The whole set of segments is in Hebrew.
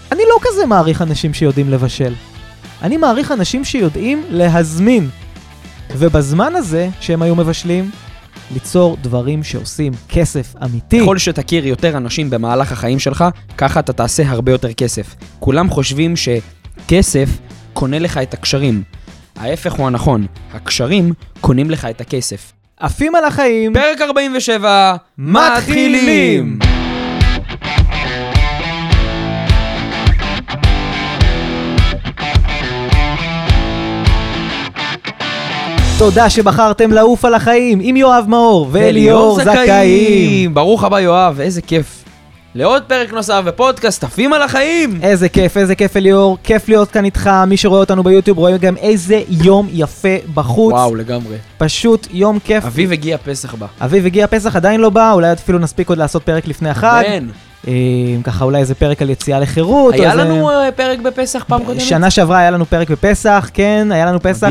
אני לא כזה מעריך אנשים שיודעים לבשל. אני מעריך אנשים שיודעים להזמין. ובזמן הזה שהם היו מבשלים, ליצור דברים שעושים כסף אמיתי. ככל שתכיר יותר אנשים במהלך החיים שלך, ככה אתה תעשה הרבה יותר כסף. כולם חושבים שכסף קונה לך את הקשרים. ההפך הוא הנכון, הקשרים קונים לך את הכסף. עפים על החיים. פרק 47, מתחילים! תודה שבחרתם לעוף על החיים עם יואב מאור ואליאור זכאים. ברוך הבא יואב, איזה כיף. לעוד פרק נוסף בפודקאסט עפים על החיים. איזה כיף אליאור, כיף להיות כאן איתך. מי שרואה אותנו ביוטיוב רואה גם איזה יום יפה בחוץ. וואו, לגמרי. פשוט יום כיף. אביב הגיע פסח בה. אביב הגיע פסח, עדיין לא בא, אולי אפילו נספיק עוד לעשות פרק לפני החג. כן. ככה אולי איזה פרק על יציאה לחירות. היה לנו פרק בפסח פעם קודמת? שנה שעברה היה לנו פרק בפסח, כן, היה לנו פסח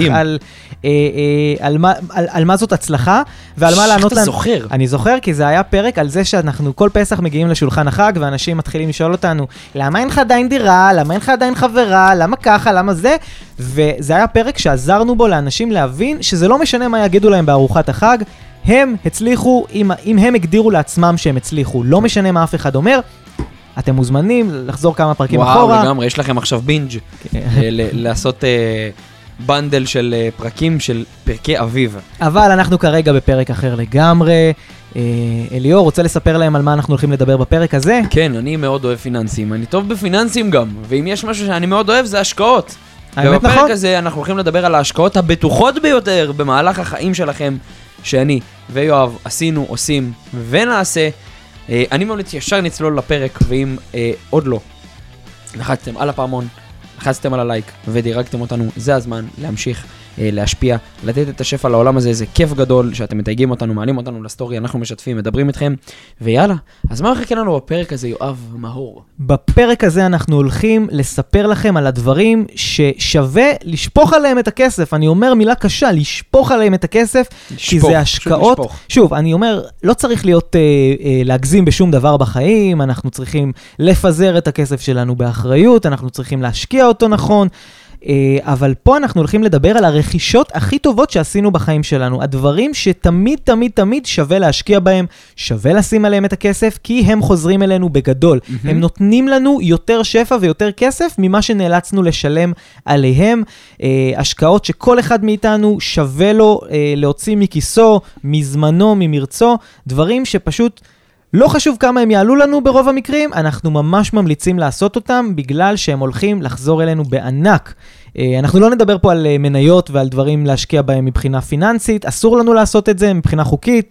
על מה זאת הצלחה, ועל מה לענות לנו. אתה זוכר? אני זוכר, כי זה היה פרק על זה שאנחנו כל פסח מגיעים לשולחן החג, ואנשים מתחילים לשאול אותנו, למה אין לך עדיין דירה? למה אין לך עדיין חברה? למה ככה? למה זה? וזה היה פרק שעזרנו בו לאנשים להבין שזה לא משנה מה יגידו להם בארוחת החג, הם הצליחו, אם הם הגדירו לעצמם שהם הצליחו, לא משנה מה אף אחד אומר, אתם מוזמנים לחזור כמה פרקים אחורה. וואו, לגמרי, יש לכם עכשיו בינג' לעשות בנדל של פרקים של פרקי אביב. אבל אנחנו כרגע בפרק אחר לגמרי. אליאור, רוצה לספר להם על מה אנחנו הולכים לדבר בפרק הזה? כן, אני מאוד אוהב פיננסים, אני טוב בפיננסים גם, ואם יש משהו שאני מאוד אוהב זה השקעות. האמת נכון? ובפרק הזה אנחנו הולכים לדבר על ההשקעות הבטוחות ביותר במהלך החיים שלכם, שאני ויואב עשינו, עושים ונעשה. אני ממליץ ישר נצלול לפרק, ואם עוד לא לחצתם על הפעמון, לחצתם על הלייק ודירגתם אותנו, זה הזמן להמשיך להשפיע, לתת את השפע לעולם הזה. זה כיף גדול שאתם מתייגים אותנו, מעלים אותנו לסטורי, אנחנו משתפים, מדברים איתכם, ויאללה, אז מה מחכה לנו בפרק הזה, יואב מאור? בפרק הזה אנחנו הולכים לספר לכם על הדברים ששווה לשפוך עליהם את הכסף. אני אומר מילה קשה, לשפוך עליהם את הכסף, כי זה השקעות. שוב, אני אומר, לא צריך להיות להגזים בשום דבר בחיים, אנחנו צריכים לפזר את הכסף שלנו באחריות, אנחנו צריכים להשקיע אותו נכון, אבל פה אנחנו הולכים לדבר על הרכישות הכי טובות שעשינו בחיים שלנו, הדברים שתמיד תמיד תמיד שווה להשקיע בהם, שווה לשים עליהם את הכסף, כי הם חוזרים אלינו בגדול. הם נותנים לנו יותר שפע ויותר כסף ממה שנאלצנו לשלם עליהם. השקעות שכל אחד מאיתנו שווה לו להוציא מכיסו, מזמנו, ממרצו, דברים שפשוט לא חשוב כמה הם יעלו לנו ברוב המקרים, אנחנו ממש ממליצים לעשות אותם, בגלל שהם הולכים לחזור אלינו בענק. אנחנו לא נדבר פה על מניות ועל דברים להשקיע בהם מבחינה פיננסית, אסור לנו לעשות את זה מבחינה חוקית,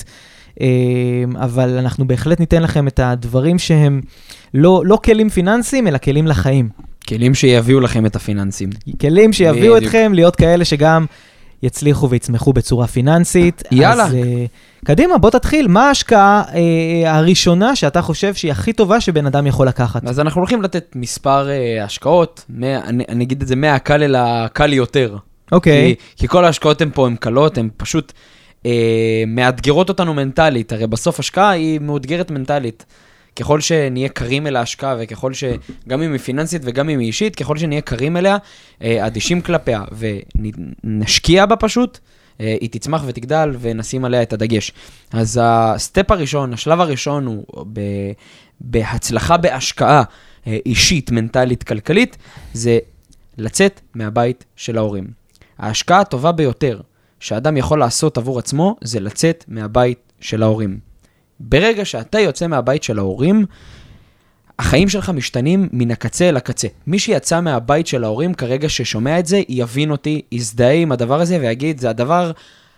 אבל אנחנו בהחלט ניתן לכם את הדברים שהם לא כלים פיננסיים, אלא כלים לחיים. כלים שיביאו לכם את הפיננסים. כלים שיביאו אתכם להיות כאלה שגם יצליחו ויצמחו בצורה פיננסית. יאללה. אז קדימה, בוא תתחיל. מה ההשקעה הראשונה שאתה חושב שהיא הכי טובה שבן אדם יכול לקחת? אז אנחנו הולכים לתת מספר השקעות, אני אגיד את זה מהקל אל הקל יותר. אוקיי. כי כל ההשקעות הן פה הן קלות, הן פשוט מאתגרות אותנו מנטלית. הרי בסוף השקעה היא מאותגרת מנטלית. ככל שנהיה קרים אל ההשקעה, וככל שגם אם היא פיננסית וגם אם היא אישית, ככל שנהיה קרים אליה, אדישים כלפיה, ונשקיע בה פשוט, היא תצמח ותגדל, ונשים עליה את הדגש. אז הסטפ הראשון, השלב הראשון הוא בהצלחה בהשקעה אישית, מנטלית, כלכלית, זה לצאת מהבית של ההורים. ההשקעה הטובה ביותר שאדם יכול לעשות עבור עצמו, זה לצאת מהבית של ההורים. ברגע שאתה יוצא מהבית של ההורים, החיים שלך משתנים מן הקצה אל הקצה. מי שיצא מהבית של ההורים כרגע ששומע את זה, יבין אותי, יזדהה עם הדבר הזה ויגיד, זה הדבר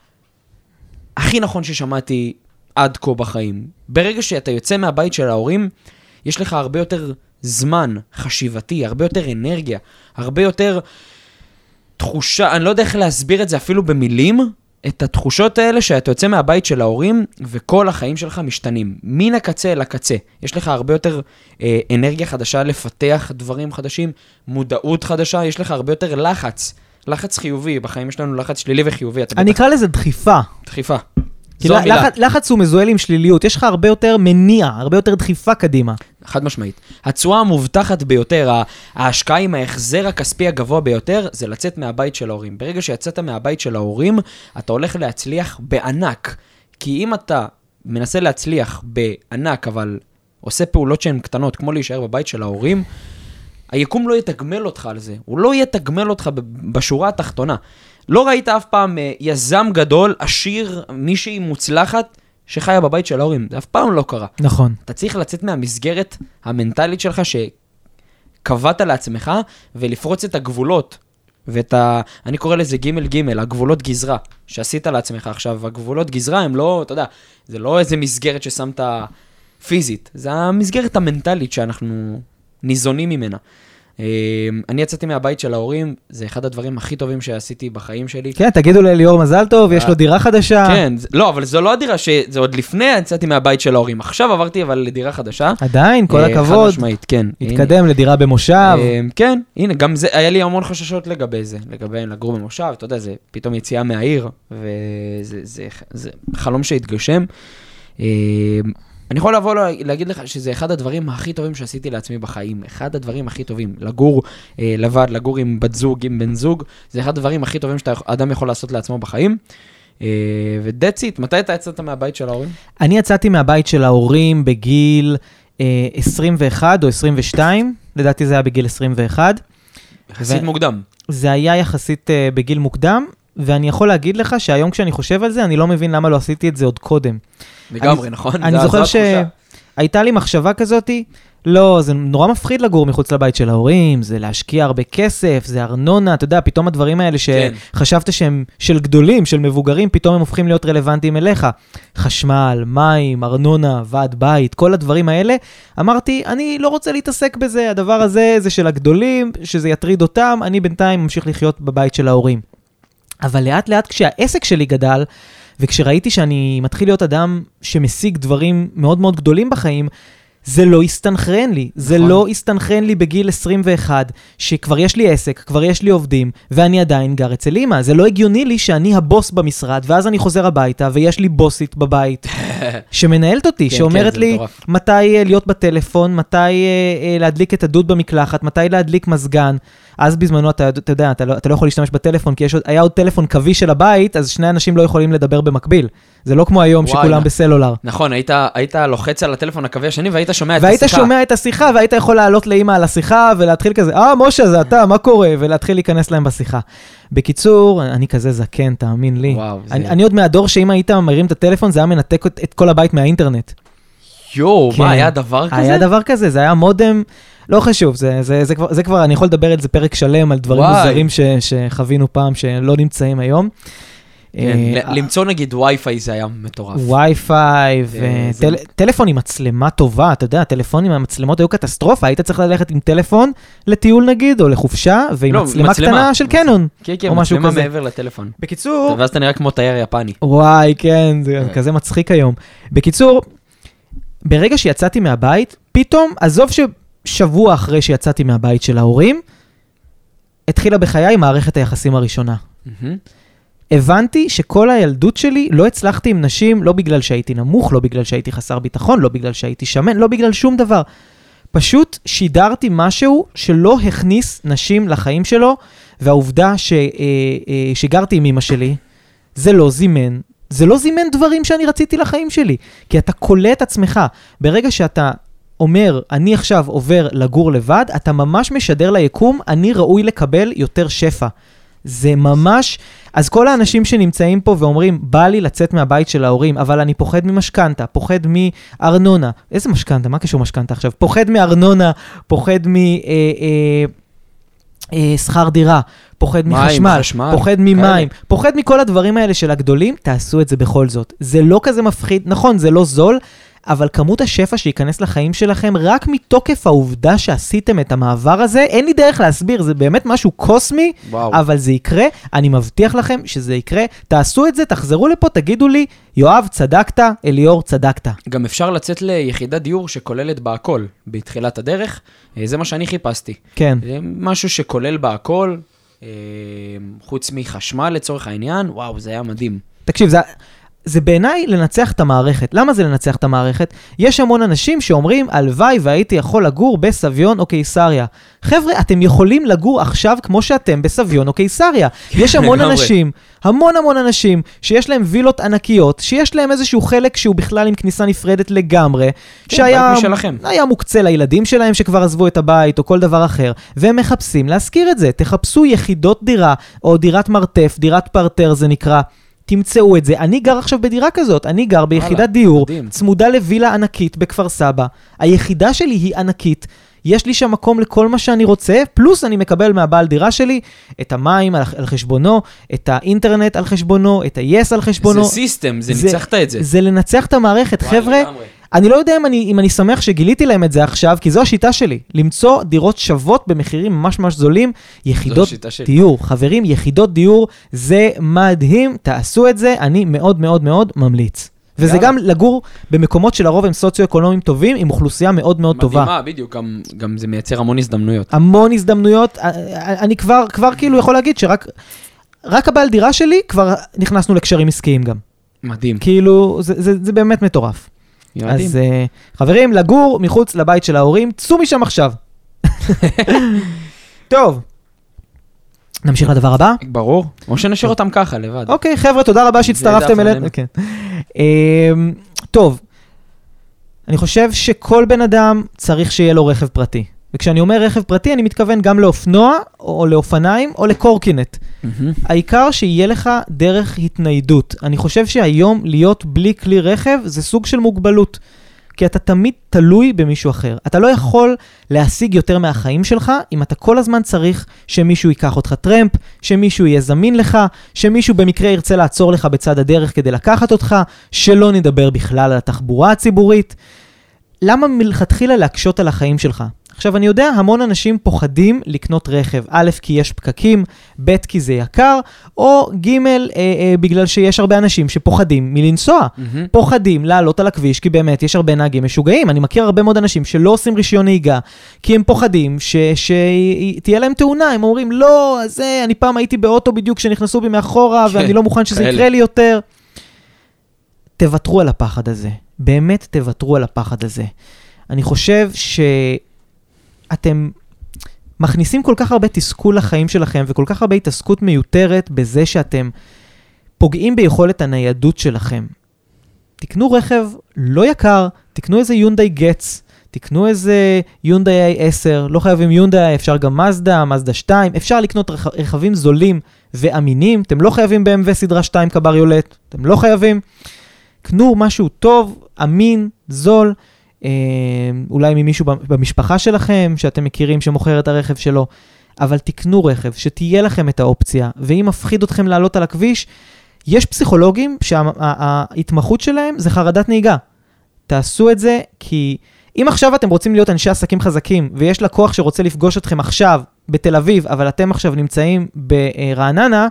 הכי נכון ששמעתי עד כה בחיים. ברגע שאתה יוצא מהבית של ההורים, יש לך הרבה יותר זמן חשיבתי, הרבה יותר אנרגיה, הרבה יותר תחושה, אני לא יודע איך להסביר את זה אפילו במילים, את התחושות האלה שאתה יוצא מהבית של ההורים, וכל החיים שלך משתנים. מן הקצה אל הקצה. יש לך הרבה יותר אנרגיה חדשה לפתח דברים חדשים, מודעות חדשה, יש לך הרבה יותר לחץ חיובי. בחיים יש לנו לחץ שלילי וחיובי. אני אקרא לזה דחיפה. דחיפה. כי לחץ הוא מזוהה עם שליליות, יש לך הרבה יותר מניע, הרבה יותר דחיפה קדימה. חד משמעית. התשואה המובטחת ביותר, ההשקעה עם ההחזר הכספי הגבוה ביותר, זה לצאת מהבית של ההורים. ברגע שיצאת מהבית של ההורים, אתה הולך להצליח בענק. כי אם אתה מנסה להצליח בענק, אבל עושה פעולות שהן קטנות, כמו להישאר בבית של ההורים, היקום לא יתגמל אותך על זה. הוא לא יתגמל אותך בשורה התחתונה. לא ראית אף פעם יזם גדול, עשיר, מישהי מוצלחת, שחיה בבית של ההורים. זה אף פעם לא קרה. נכון. אתה צריך לצאת מהמסגרת המנטלית שלך שקבעת לעצמך, ולפרוץ את הגבולות. אני קורא לזה ג' הגבולות גזרה, שעשית לעצמך. עכשיו, הגבולות גזרה הם לא, אתה יודע, זה לא איזה מסגרת ששמת פיזית. זה המסגרת המנטלית שאנחנו ניזונים ממנה. אני יצאתי מהבית של ההורים, זה אחד הדברים הכי טובים שעשיתי בחיים שלי. כן, תגידו לאליאור מזל טוב, יש לו דירה חדשה. כן, לא, אבל זו לא הדירה, זה עוד לפני יצאתי מהבית של ההורים. עכשיו עברתי אבל לדירה חדשה. עדיין, כל הכבוד. חד משמעית, כן. התקדם לדירה במושב. כן, הנה, גם זה, היה לי המון חששות לגבי זה, לגבי לגור במושב, אתה יודע, זה פתאום יציאה מהעיר, וזה חלום שהתגשם. אני יכול לבוא להגיד לך שזה אחד הדברים הכי טובים שעשיתי לעצמי בחיים, אחד הדברים הכי טובים, לגור לבד, לגור עם בת זוג, עם בן זוג, זה אחד הדברים הכי טובים שאדם יכול לעשות לעצמו בחיים. ודצית, מתי אתה יצאת מהבית של ההורים? אני יצאתי מהבית של ההורים בגיל 21 או 22, לדעתי זה היה בגיל 21. יחסית מוקדם. זה היה יחסית בגיל מוקדם, ואני יכול להגיד לך שהיום כשאני חושב על זה, אני לא מבין למה לא עשיתי את זה עוד קודם. לגמרי, נכון? אני זוכר שהייתה לי מחשבה כזאת, לא, זה נורא מפחיד לגור מחוץ לבית של ההורים, זה להשקיע הרבה כסף, זה ארנונה, אתה יודע, פתאום הדברים האלה שחשבת שהם של גדולים, של מבוגרים, פתאום הם הופכים להיות רלוונטיים אליך. חשמל, מים, ארנונה, ועד בית, כל הדברים האלה. אמרתי, אני לא רוצה להתעסק בזה, הדבר הזה זה של הגדולים, שזה יטריד אותם, אני בינתיים ממשיך לחיות בבית של ההורים. אבל לאט לאט כשהעסק שלי גדל, וכשראיתי שאני מתחיל להיות אדם שמשיג דברים מאוד מאוד גדולים בחיים, זה לא הסתנכרן לי. זה לא הסתנכרן לי בגיל 21, שכבר יש לי עסק, כבר יש לי עובדים, ואני עדיין גר אצל אמא. זה לא הגיוני לי שאני הבוס במשרד, ואז אני חוזר הביתה, ויש לי בוסית בבית, שמנהלת אותי, שאומרת לי מתי להיות בטלפון, מתי להדליק את הדוד במקלחת, מתי להדליק מזגן. אז בזמנו, אתה יודע, אתה לא יכול להשתמש בטלפון, כי היה עוד טלפון קווי של הבית, אז שני אנשים לא יכולים לדבר במקביל. זה לא כמו היום שכולם בסלולר. נכון, היית לוחץ על הטלפון הקווי השני, והיית שומע את השיחה. והיית שומע את השיחה, והיית יכול לעלות לאמא על השיחה, ולהתחיל כזה, משה, זה אתה, מה קורה? ולהתחיל להיכנס להם בשיחה. בקיצור, אני כזה זקן, תאמין לי. אני עוד מהדור שאם היית מרים את הטלפון, זה היה מנתק את כל הבית מהאינטרנט. מה, היה דבר כזה? היה דבר כזה, זה היה מודם, לא חשוב, זה כבר, אני יכול לדבר על זה פרק שלם, על דברים מוזרים שחווינו פעם, שלא נמצאים היום. למצוא נגיד וי-פיי זה היה מטורף. וי-פיי, וטלפון עם מצלמה טובה, אתה יודע, טלפונים עם מצלמות היו קטסטרופה, היית צריך ללכת עם טלפון לטיול נגיד, או לחופשה, ועם מצלמה קטנה של קנון, או משהו כזה. מעבר לטלפון. בקיצור... ואז אתה נראה כמו תייר יפני. וואי, כן, זה כזה מצחיק היום. בקיצור, ברגע שיצאתי מהבית, פתאום, עזוב ששבוע אחרי שיצאתי מהבית של ההורים, התחילה בחיי מערכת היחסים הראשונה. הבנתי שכל הילדות שלי לא הצלחתי עם נשים, לא בגלל שהייתי נמוך, לא בגלל שהייתי חסר ביטחון, לא בגלל שהייתי שמן, לא בגלל שום דבר. פשוט שידרתי משהו שלא הכניס נשים לחיים שלו, והעובדה שגרתי עם אמא שלי, זה לא זימן דברים שאני רציתי לחיים שלי. כי אתה קולט עצמך. ברגע שאתה אומר, אני עכשיו עובר לגור לבד, אתה ממש משדר ליקום, אני ראוי לקבל יותר שפע. זה ממש, אז כל האנשים שנמצאים פה ואומרים, בא לי לצאת מהבית של ההורים, אבל אני פוחד ממשכנתה, פוחד מארנונה. איזה משכנתה? מה קשור משכנתה עכשיו? פוחד מארנונה, פוחד שכר דירה, פוחד מחשמל, פוחד ממים, פוחד מכל הדברים האלה של הגדולים, תעשו את זה בכל זאת. זה לא כזה מפחיד, נכון, זה לא זול, אבל כמות השפע שייכנס לחיים שלכם, רק מתוקף העובדה שעשיתם את המעבר הזה, אין לי דרך להסביר, זה באמת משהו קוסמי, אבל זה יקרה, אני מבטיח לכם שזה יקרה, תעשו את זה, תחזרו לפה, תגידו לי, יואב, צדקת, אליאור, צדקת. גם אפשר לצאת ליחידת דיור שכוללת בה הכל, בתחילת הדרך, זה מה שאני חיפשתי. כן. זה משהו שכולל בה הכל, חוץ מחשמל לצורך העניין, וואו, זה היה מדהים. תקשיב, זה בעיניי לנצח את המערכת. למה זה לנצח את המערכת? יש המון אנשים שאומרים, הלוואי והייתי יכול לגור בסביון או קיסריה. חבר'ה, אתם יכולים לגור עכשיו כמו שאתם בסביון או קיסריה. יש המון אנשים, המון אנשים, שיש להם וילות ענקיות, שיש להם איזשהו חלק שהוא בכלל עם כניסה נפרדת לגמרי, שהיה מוקצה לילדים שלהם שכבר עזבו את הבית או כל דבר אחר, והם מחפשים להזכיר את זה. תחפשו יחידות דירה או דירת מרתף, דירת פרטר זה נקרא. תמצאו את זה. אני גר עכשיו בדירה כזאת, אני גר ביחידת דיור, צמודה לווילה ענקית בכפר סבא. היחידה שלי היא ענקית, יש לי שם מקום לכל מה שאני רוצה, פלוס אני מקבל מהבעל דירה שלי את המים על חשבונו, את האינטרנט על חשבונו, את ה-yes על חשבונו. זה סיסטם, זה ניצחת את זה. זה לנצח את המערכת, חבר'ה. אני לא יודע אם אני שמח שגיליתי להם את זה עכשיו, כי זו השיטה שלי, למצוא דירות שוות במחירים ממש ממש זולים, יחידות דיור. חברים, יחידות דיור, זה מדהים, תעשו את זה, אני מאוד מאוד מאוד ממליץ. וזה גם לגור במקומות שלרוב הם סוציו-אקונומיים טובים, עם אוכלוסייה מאוד מאוד טובה. מדהימה, בדיוק, גם זה מייצר המון הזדמנויות. המון הזדמנויות, אני כבר כאילו יכול להגיד שרק הבעל דירה שלי, כבר נכנסנו לקשרים עסקיים גם. מדהים. כאילו, זה באמת מטורף. אז חברים, לגור מחוץ לבית של ההורים, צאו משם עכשיו. טוב. נמשיך לדבר הבא? ברור. או שנשאיר אותם ככה, לבד. אוקיי, חבר'ה, תודה רבה שהצטרפתם אלינו. טוב. אני חושב שכל בן אדם צריך שיהיה לו רכב פרטי. וכשאני אומר רכב פרטי, אני מתכוון גם לאופנוע, או לאופניים, או לקורקינט. העיקר שיהיה לך דרך התניידות. אני חושב שהיום להיות בלי כלי רכב זה סוג של מוגבלות. כי אתה תמיד תלוי במישהו אחר. אתה לא יכול להשיג יותר מהחיים שלך, אם אתה כל הזמן צריך שמישהו ייקח אותך טרמפ, שמישהו יהיה זמין לך, שמישהו במקרה ירצה לעצור לך בצד הדרך כדי לקחת אותך, שלא נדבר בכלל על התחבורה הציבורית. למה מלכתחילה להקשות על החיים שלך? עכשיו, אני יודע, המון אנשים פוחדים לקנות רכב. א', כי יש פקקים, ב', כי זה יקר, או ג', בגלל שיש הרבה אנשים שפוחדים מלנסוע. פוחדים לעלות על הכביש, כי באמת יש הרבה נהגים משוגעים. אני מכיר הרבה מאוד אנשים שלא עושים רישיון נהיגה, כי הם פוחדים שתהיה להם תאונה. הם אומרים, לא, אני פעם הייתי באוטו בדיוק שנכנסו בי מאחורה, ואני לא מוכן שזה יקרה לי יותר. תוותרו על הפחד הזה. באמת תוותרו על הפחד הזה. אני חושב אתם מכניסים כל כך הרבה תסכול לחיים שלכם, וכל כך הרבה התעסקות מיותרת בזה שאתם פוגעים ביכולת הניידות שלכם. תקנו רכב לא יקר, תקנו איזה יונדאי גץ, תקנו איזה יונדאי 10, לא חייבים יונדאי, אפשר גם מזדה, מזדה 2, אפשר לקנות רכבים זולים ואמינים, אתם לא חייבים BMW סדרה 2 קבריולט, אתם לא חייבים. קנו משהו טוב, אמין, זול, אולי ממישהו במשפחה שלכם, שאתם מכירים שמוכר את הרכב שלו, אבל תקנו רכב, שתהיה לכם את האופציה, ואם מפחיד אתכם לעלות על הכביש, יש פסיכולוגים שההתמחות שלהם זה חרדת נהיגה. תעשו את זה, כי אם עכשיו אתם רוצים להיות אנשי עסקים חזקים, ויש לקוח שרוצה לפגוש אתכם עכשיו בתל אביב, אבל אתם עכשיו נמצאים ברעננה,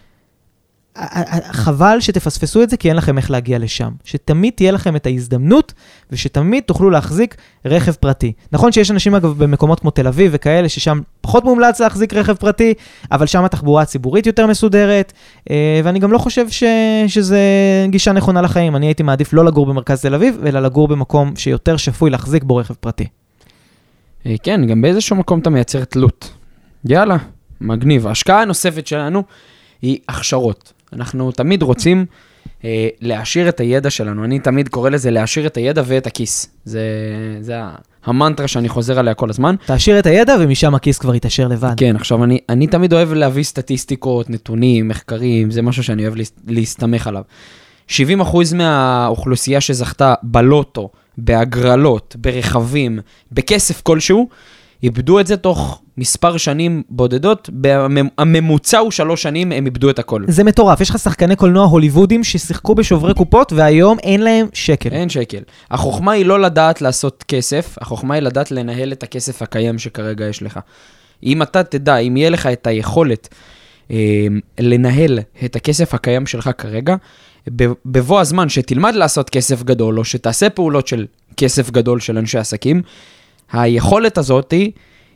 חבל שתפספסו את זה, כי אין לכם איך להגיע לשם. שתמיד תהיה לכם את ההזדמנות, ושתמיד תוכלו להחזיק רכב פרטי. נכון שיש אנשים אגב במקומות כמו תל אביב וכאלה, ששם פחות מומלץ להחזיק רכב פרטי, אבל שם התחבורה הציבורית יותר מסודרת, ואני גם לא חושב שזה גישה נכונה לחיים. אני הייתי מעדיף לא לגור במרכז תל אביב, אלא לגור במקום שיותר שפוי להחזיק בו רכב פרטי. כן, גם באיזשהו מקום אתה מייצר תלות. יאללה, מגניב. ההשקעה הנוספת שלנו היא הכשרות. אנחנו תמיד רוצים להשאיר את הידע שלנו. אני תמיד קורא לזה להשאיר את הידע ואת הכיס. זה המנטרה שאני חוזר עליה כל הזמן. תשאיר את הידע ומשם הכיס כבר יתאשר לבד. כן, עכשיו אני תמיד אוהב להביא סטטיסטיקות, נתונים, מחקרים, זה משהו שאני אוהב להסתמך עליו. 70% מהאוכלוסייה שזכתה בלוטו, בהגרלות, ברכבים, בכסף כלשהו, איבדו את זה תוך מספר שנים בודדות, הממוצע הוא 3 שנים, הם איבדו את הכל. זה מטורף, יש לך שחקני קולנוע הוליוודים ששיחקו בשוברי קופות, והיום אין להם שקל. אין שקל. החוכמה היא לא לדעת לעשות כסף, החוכמה היא לדעת לנהל את הכסף הקיים שכרגע יש לך. אם אתה תדע, אם יהיה לך את היכולת לנהל את הכסף הקיים שלך כרגע, בבוא הזמן שתלמד לעשות כסף גדול, או שתעשה פעולות של כסף גדול של אנשי עסקים, היכולת הזאת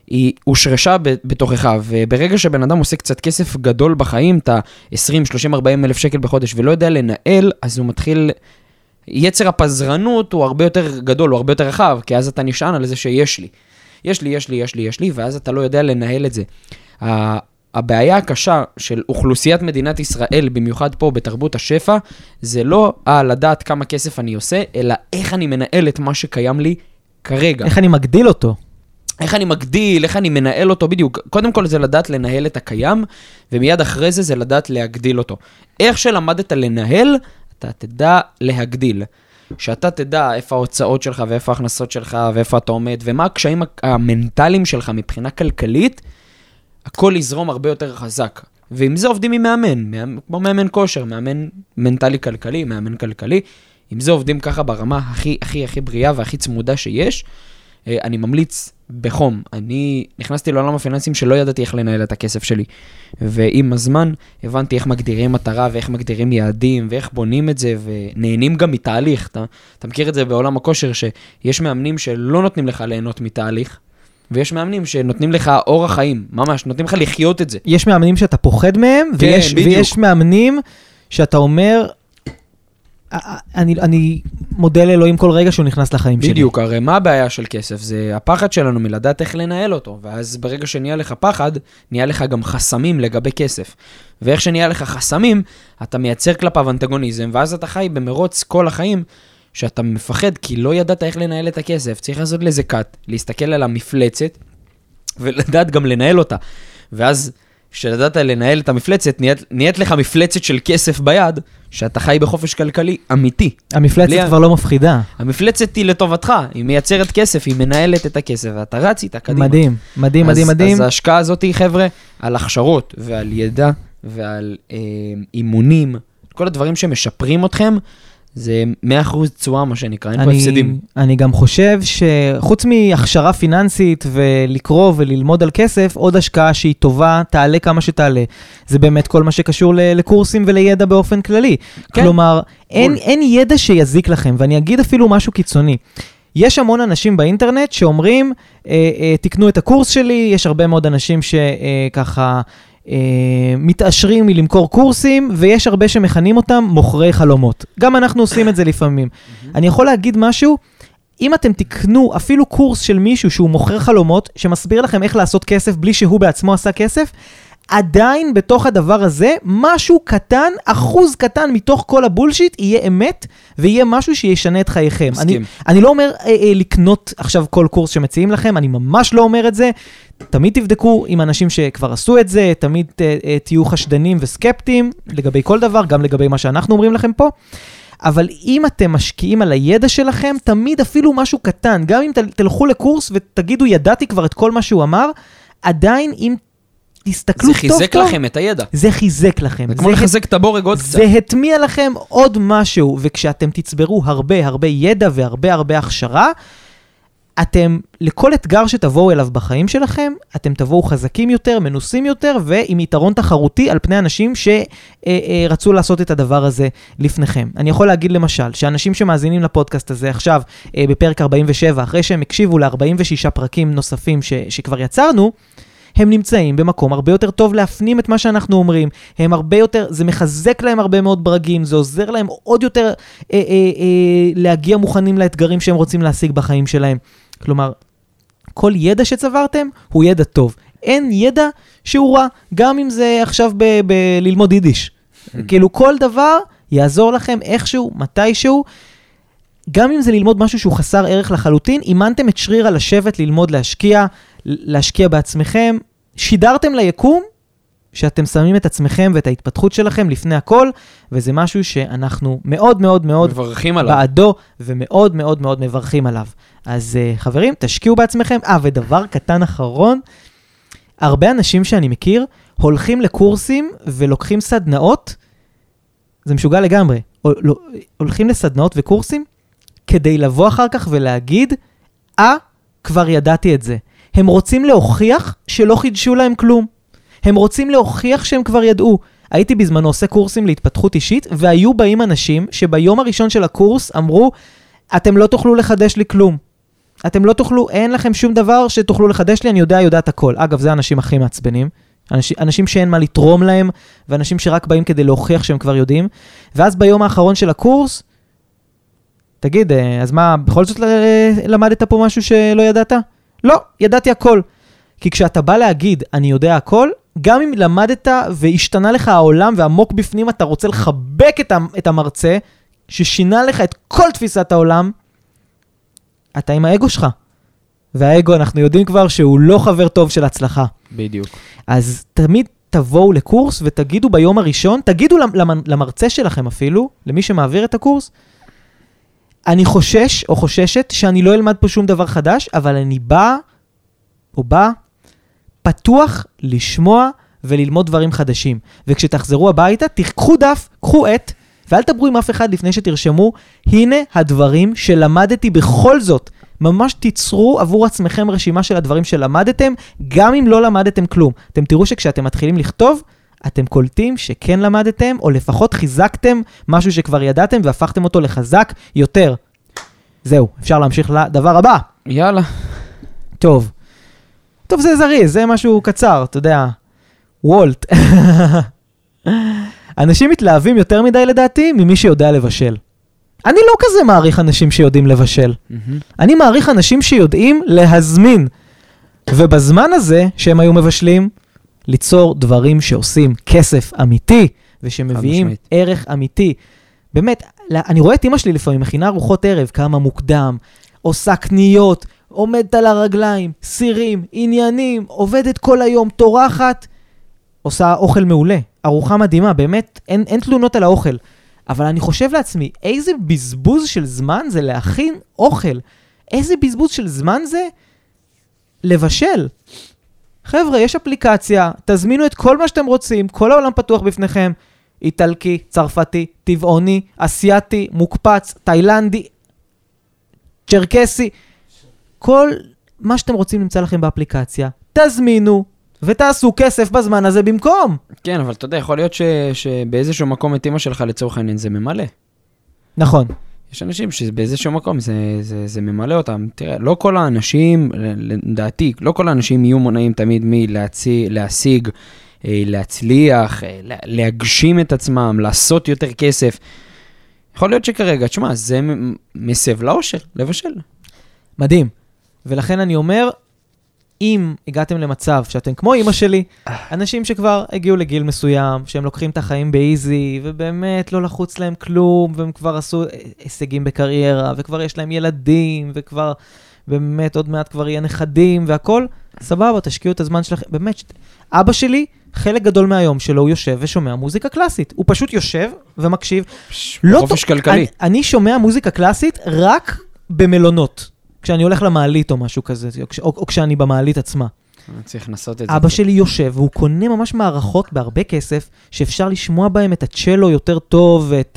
היא הושרשה בתוכך, וברגע שבן אדם עושה קצת כסף גדול בחיים, את ה-20, 30, 40 אלף שקל בחודש, ולא יודע לנהל, אז הוא מתחיל, יצר הפזרנות הוא הרבה יותר גדול, הוא הרבה יותר רחב, כי אז אתה נשען על זה שיש לי. יש לי, ואז אתה לא יודע לנהל את זה. הבעיה הקשה של אוכלוסיית מדינת ישראל, במיוחד פה בתרבות השפע, זה לא לדעת כמה כסף אני עושה, אלא איך אני מנהל את מה שקיים לי כרגע. איך אני מגדיל אותו. איך אני מנהל אותו בדיוק. קודם כל זה לדעת לנהל את הקיים, ומיד אחרי זה לדעת להגדיל אותו. איך שלמדת לנהל, אתה תדע להגדיל. שאתה תדע איפה ההוצאות שלך, ואיפה ההכנסות שלך, ואיפה אתה עומד, ומה הקשיים המנטליים שלך מבחינה כלכלית, הכל יזרום הרבה יותר חזק. ועם זה עובדים עם מאמן, כמו מאמן כושר, מאמן מנטלי כלכלי, מאמן כלכלי. עם זה עובדים ככה ברמה הכי בריאה והכי צמודה שיש. אני ממליץ בחום. אני נכנסתי לעולם הפיננסים שלא ידעתי איך לנהל את הכסף שלי. ועם הזמן הבנתי איך מגדירים מטרה ואיך מגדירים יעדים ואיך בונים את זה ונהנים גם מתהליך. אתה מכיר את זה בעולם הכושר שיש מאמנים שלא נותנים לך ליהנות מתהליך. ויש מאמנים שנותנים לך אורח חיים, ממש, נותנים לך לחיות את זה. יש מאמנים שאתה פוחד מהם, כן, ויש מאמנים שאתה אומר, אני מודה לאלוהים כל רגע שהוא נכנס לחיים שלי. בדיוק, הרי מה הבעיה של כסף? זה הפחד שלנו מלדעת איך לנהל אותו, ואז ברגע שנהיה לך פחד, נהיה לך גם חסמים לגבי כסף. ואיך שנהיה לך חסמים, אתה מייצר כלפיו אנטגוניזם, ואז אתה חי במרוץ כל החיים, שאתה מפחד כי לא ידעת איך לנהל את הכסף. צריך לעשות לזה קאט, להסתכל על המפלצת, ולדעת גם לנהל אותה. ואז, כשלדעת לנהל את המפלצת, נהיית לך מפלצת של כסף ביד, שאתה חי בחופש כלכלי אמיתי. המפלצת כבר לא מפחידה. המפלצת היא לטובתך, היא מייצרת כסף, היא מנהלת את הכסף, ואתה רץ איתה קדימה. מדהים. אז ההשקעה הזאת היא, חבר'ה, על הכשרות, ועל ידע, ועל אימונים, כל הדברים שמשפרים אתכם, זה 100% תשואה, מה שנקרא, אין פה הפסדים. אני גם חושב שחוץ מהכשרה פיננסית ולקרוא וללמוד על כסף, עוד השקעה שהיא טובה, תעלה כמה שתעלה. זה באמת כל מה שקשור לקורסים ולידע באופן כללי. כן. כלומר, אין ידע שיזיק לכם, ואני אגיד אפילו משהו קיצוני. יש המון אנשים באינטרנט שאומרים, תקנו את הקורס שלי, יש הרבה מאוד אנשים שככה מתעשרים מלמכור קורסים, ויש הרבה שמכנים אותם מוכרי חלומות. גם אנחנו עושים את זה לפעמים. אני יכול להגיד משהו, אם אתם תקנו אפילו קורס של מישהו שהוא מוכר חלומות, שמסביר לכם איך לעשות כסף בלי שהוא בעצמו עשה כסף, עדיין בתוך הדבר הזה, משהו קטן, אחוז קטן מתוך כל הבולשיט, יהיה אמת, ויהיה משהו שישנה את חייכם. אני לא אומר לקנות עכשיו כל קורס שמציעים לכם, אני ממש לא אומר את זה. תמיד תבדקו עם אנשים שכבר עשו את זה, תמיד תהיו חשדנים וסקפטיים, לגבי כל דבר, גם לגבי מה שאנחנו אומרים לכם פה. אבל אם אתם משקיעים על הידע שלכם, תמיד אפילו משהו קטן, גם אם תלכו לקורס ותגידו, ידעתי כבר את כל מה שהוא אמר, עדיין אם תסתכלו טוב טוב. זה חיזק לכם את הידע. זה חיזק לכם. זה כמו לחזק את הבורג עוד קצת. זה התמיע לכם עוד משהו, וכשאתם תצברו הרבה ידע והרבה הכשרה, אתם, לכל אתגר שתבואו אליו בחיים שלכם, אתם תבואו חזקים יותר, מנוסים יותר, ועם יתרון תחרותי על פני אנשים שרצו לעשות את הדבר הזה לפניכם. אני יכול להגיד למשל, שאנשים שמאזינים לפודקאסט הזה עכשיו, בפרק 47, אחרי שהם הקשיבו ל-46 פרקים נוספים שכבר יצרנו, הם נמצאים במקום הרבה יותר טוב להפנים את מה שאנחנו אומרים, הם הרבה יותר, זה מחזק להם הרבה מאוד ברגים, זה עוזר להם עוד יותר להגיע מוכנים לאתגרים שהם רוצים להשיג בחיים שלהם. כלומר, כל ידע שצברתם הוא ידע טוב. אין ידע שהוא רע, גם אם זה עכשיו ללמוד יידיש. כאילו כל דבר יעזור לכם איכשהו, מתישהו, גם אם זה ללמוד משהו שהוא חסר ערך לחלוטין, אימנתם את שריר על השבט ללמוד להשקיע בעצמכם, שידרתם ליקום שאתם שמים את עצמכם ואת ההתפתחות שלכם לפני הכל, וזה משהו שאנחנו מאוד מאוד מאוד מברכים עליו. בעדו, ומאוד מאוד מאוד מברכים עליו. אז חברים, תשקיעו בעצמכם. ודבר קטן אחרון, הרבה אנשים שאני מכיר, הולכים לקורסים ולוקחים סדנאות, זה משוגע לגמרי, הולכים לסדנאות וקורסים, כדי לבוא אחר כך ולהגיד, כבר ידעתי את זה. הם רוצים להוכיח שלא חידשו להם כלום. הם רוצים להוכיח שהם כבר ידעו. הייתי בזמנו עושה קורסים להתפתחות אישית, והיו באים אנשים שביום הראשון של הקורס אמרו, אתם לא תוכלו לחדש לי כלום. אתם לא תוכלו, אין לכם שום דבר שתוכלו לחדש לי, אני יודעת הכל. אגב, זה האנשים הכי מעצבנים. אנשים שאין מה לתרום להם, ואנשים שרק באים כדי להוכיח שהם כבר יודעים. ואז ביום האחרון של הקורס, תגיד, אז מה, בכל זאת למדת פה משהו שלא ידעת? לא, ידעתי הכל. כי כשאתה בא להגיד, אני יודע הכל, גם אם למדת והשתנה לך העולם ועמוק בפנים, אתה רוצה לחבק את המרצה, ששינה לך את כל תפיסת העולם, אתה עם האגו שלך. והאגו, אנחנו יודעים כבר שהוא לא חבר טוב של הצלחה. בדיוק. אז תמיד תבואו לקורס ותגידו ביום הראשון, תגידו למרצה שלכם אפילו, למי שמעביר את הקורס, אני חושש או חוששת שאני לא אלמד פה שום דבר חדש, אבל אני בא פתוח לשמוע וללמוד דברים חדשים. וכשתחזרו הביתה, תיקחו דף, קחו עט, ואל תדברו עם אף אחד לפני שתרשמו, הנה הדברים שלמדתי בכל זאת. ממש תיצרו עבור עצמכם רשימה של הדברים שלמדתם, גם אם לא למדתם כלום. אתם תראו שכשאתם מתחילים לכתוב, אתם קולטים שכן למדתם, או לפחות חיזקתם משהו שכבר ידעתם, והפכתם אותו לחזק יותר. זהו, אפשר להמשיך לדבר הבא. יאללה. טוב, זה זריז, זה משהו קצר, אתה יודע. וולט. אנשים מתלהבים יותר מדי לדעתי ממי שיודע לבשל. אני לא כזה מעריך אנשים שיודעים לבשל. אני מעריך אנשים שיודעים להזמין. ובזמן הזה שהם היו מבשלים, ליצור דברים שעושים כסף אמיתי, ושמביאים ערך אמיתי. באמת, אני רואה את אמא שלי לפעמים, מכינה ארוחות ערב, כמה מוקדם, עושה קניות, עומדת על הרגליים, סירים, עניינים, עובדת כל היום, תורחת, עושה אוכל מעולה, ארוחה מדהימה, באמת, אין תלונות על האוכל. אבל אני חושב לעצמי, איזה בזבוז של זמן זה להכין אוכל? איזה בזבוז של זמן זה לבשל? חבר'ה, יש אפליקציה, תזמינו את כל מה שאתם רוצים, כל העולם פתוח בפניכם, איטלקי, צרפתי, טבעוני, אסיאטי, מוקפץ, תאילנדי, צ'רקסי, כל מה שאתם רוצים נמצא לכם באפליקציה, תזמינו ותעשו כסף בזמן הזה במקום. כן, אבל אתה יודע, יכול להיות שבאיזשהו מקום את אמא שלך לצורך העניין זה ממלא. נכון. יש אנשים שבאיזשהו מקום זה ממלא אותם. תראה, לא כל האנשים, לדעתי, לא כל האנשים יהיו מונעים תמיד להשיג, להצליח, להגשים את עצמם, לעשות יותר כסף. יכול להיות שכרגע, תשמע, זה מסב לאושר, לבשל. מדהים. ולכן אני אומר, אם הגעתם למצב שאתם כמו אמא שלי, אנשים שכבר הגיעו לגיל מסוים, שהם לוקחים את החיים באיזי, ובאמת לא לחוץ להם כלום, והם כבר עשו הישגים בקריירה, וכבר יש להם ילדים, וכבר באמת עוד מעט כבר יהיה נכדים, והכל, סבבה, תשקיעו את הזמן שלכם. באמת, אבא שלי, חלק גדול מהיום שלו, הוא יושב ושומע מוזיקה קלאסית. הוא פשוט יושב ומקשיב. חופש כלכלי. אני שומע מוזיקה קלאסית רק במלונות. כשאני הולך למעלית או משהו כזה, או כשאני במעלית עצמה. צריך לנסות את זה. אבא שלי יושב, והוא קונה ממש מערכות בהרבה כסף, שאפשר לשמוע בהם את הצ'לו יותר טוב, ואת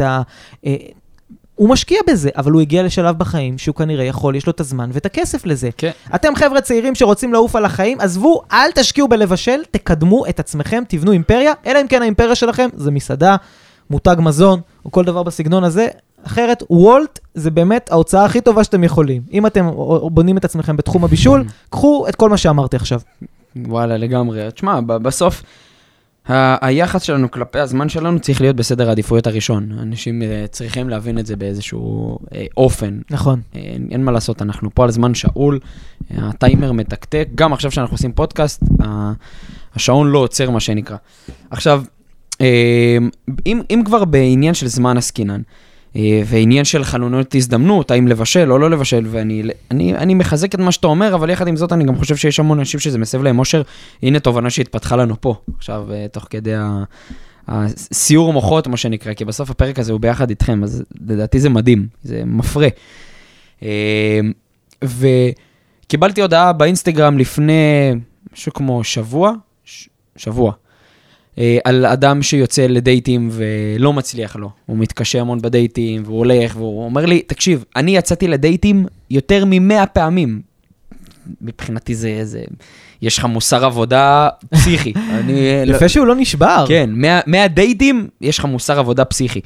הוא משקיע בזה, אבל הוא הגיע לשלב בחיים, שהוא כנראה יכול, יש לו את הזמן ואת הכסף לזה. כן. אתם חבר'ה צעירים שרוצים לעוף על החיים, עזבו, אל תשקיעו בלבשל, תקדמו את עצמכם, תבנו אימפריה, אלא אם כן האימפריה שלכם זה מסעדה, מותג מזון, או כל דבר בסגנון הזה. אחרת, וולט זה באמת ההוצאה הכי טובה שאתם יכולים. אם אתם בונים את עצמכם בתחום הבישול, קחו את כל מה שאמרתי עכשיו. וואלה, לגמרי. תשמע, בסוף, היחס שלנו כלפי הזמן שלנו צריך להיות בסדר העדיפויות הראשון. אנשים צריכים להבין את זה באיזשהו אופן. נכון. אין מה לעשות, אנחנו פה על זמן שאול, הטיימר מתקתק, גם עכשיו שאנחנו עושים פודקאסט, השעון לא עוצר מה שנקרא. עכשיו, אם כבר בעניין של זמן עסקינן, ועניין של חלונות הזדמנות, האם לבשל או לא לבשל, ואני מחזק את מה שאתה אומר, אבל יחד עם זאת אני גם חושב שיש המון אנשים שזה מסב להם אושר. הנה תובנה שהתפתחה לנו פה, עכשיו תוך כדי הסיור מוחות, מה שנקרא, כי בסוף הפרק הזה הוא ביחד איתכם, אז לדעתי זה מדהים, זה מפרה. וקיבלתי הודעה באינסטגרם לפני משהו כמו שבוע, על אדם שיוצא לדייטים ולא מצליח לו. הוא מתקשה המון בדייטים, והוא הולך, והוא אומר לי, תקשיב, אני יצאתי לדייטים יותר מ100 פעמים. מבחינתי זה יש לך מוסר עבודה פסיכי. יפה שהוא לא נשבר. כן, 100 דייטים, יש לך מוסר עבודה פסיכי.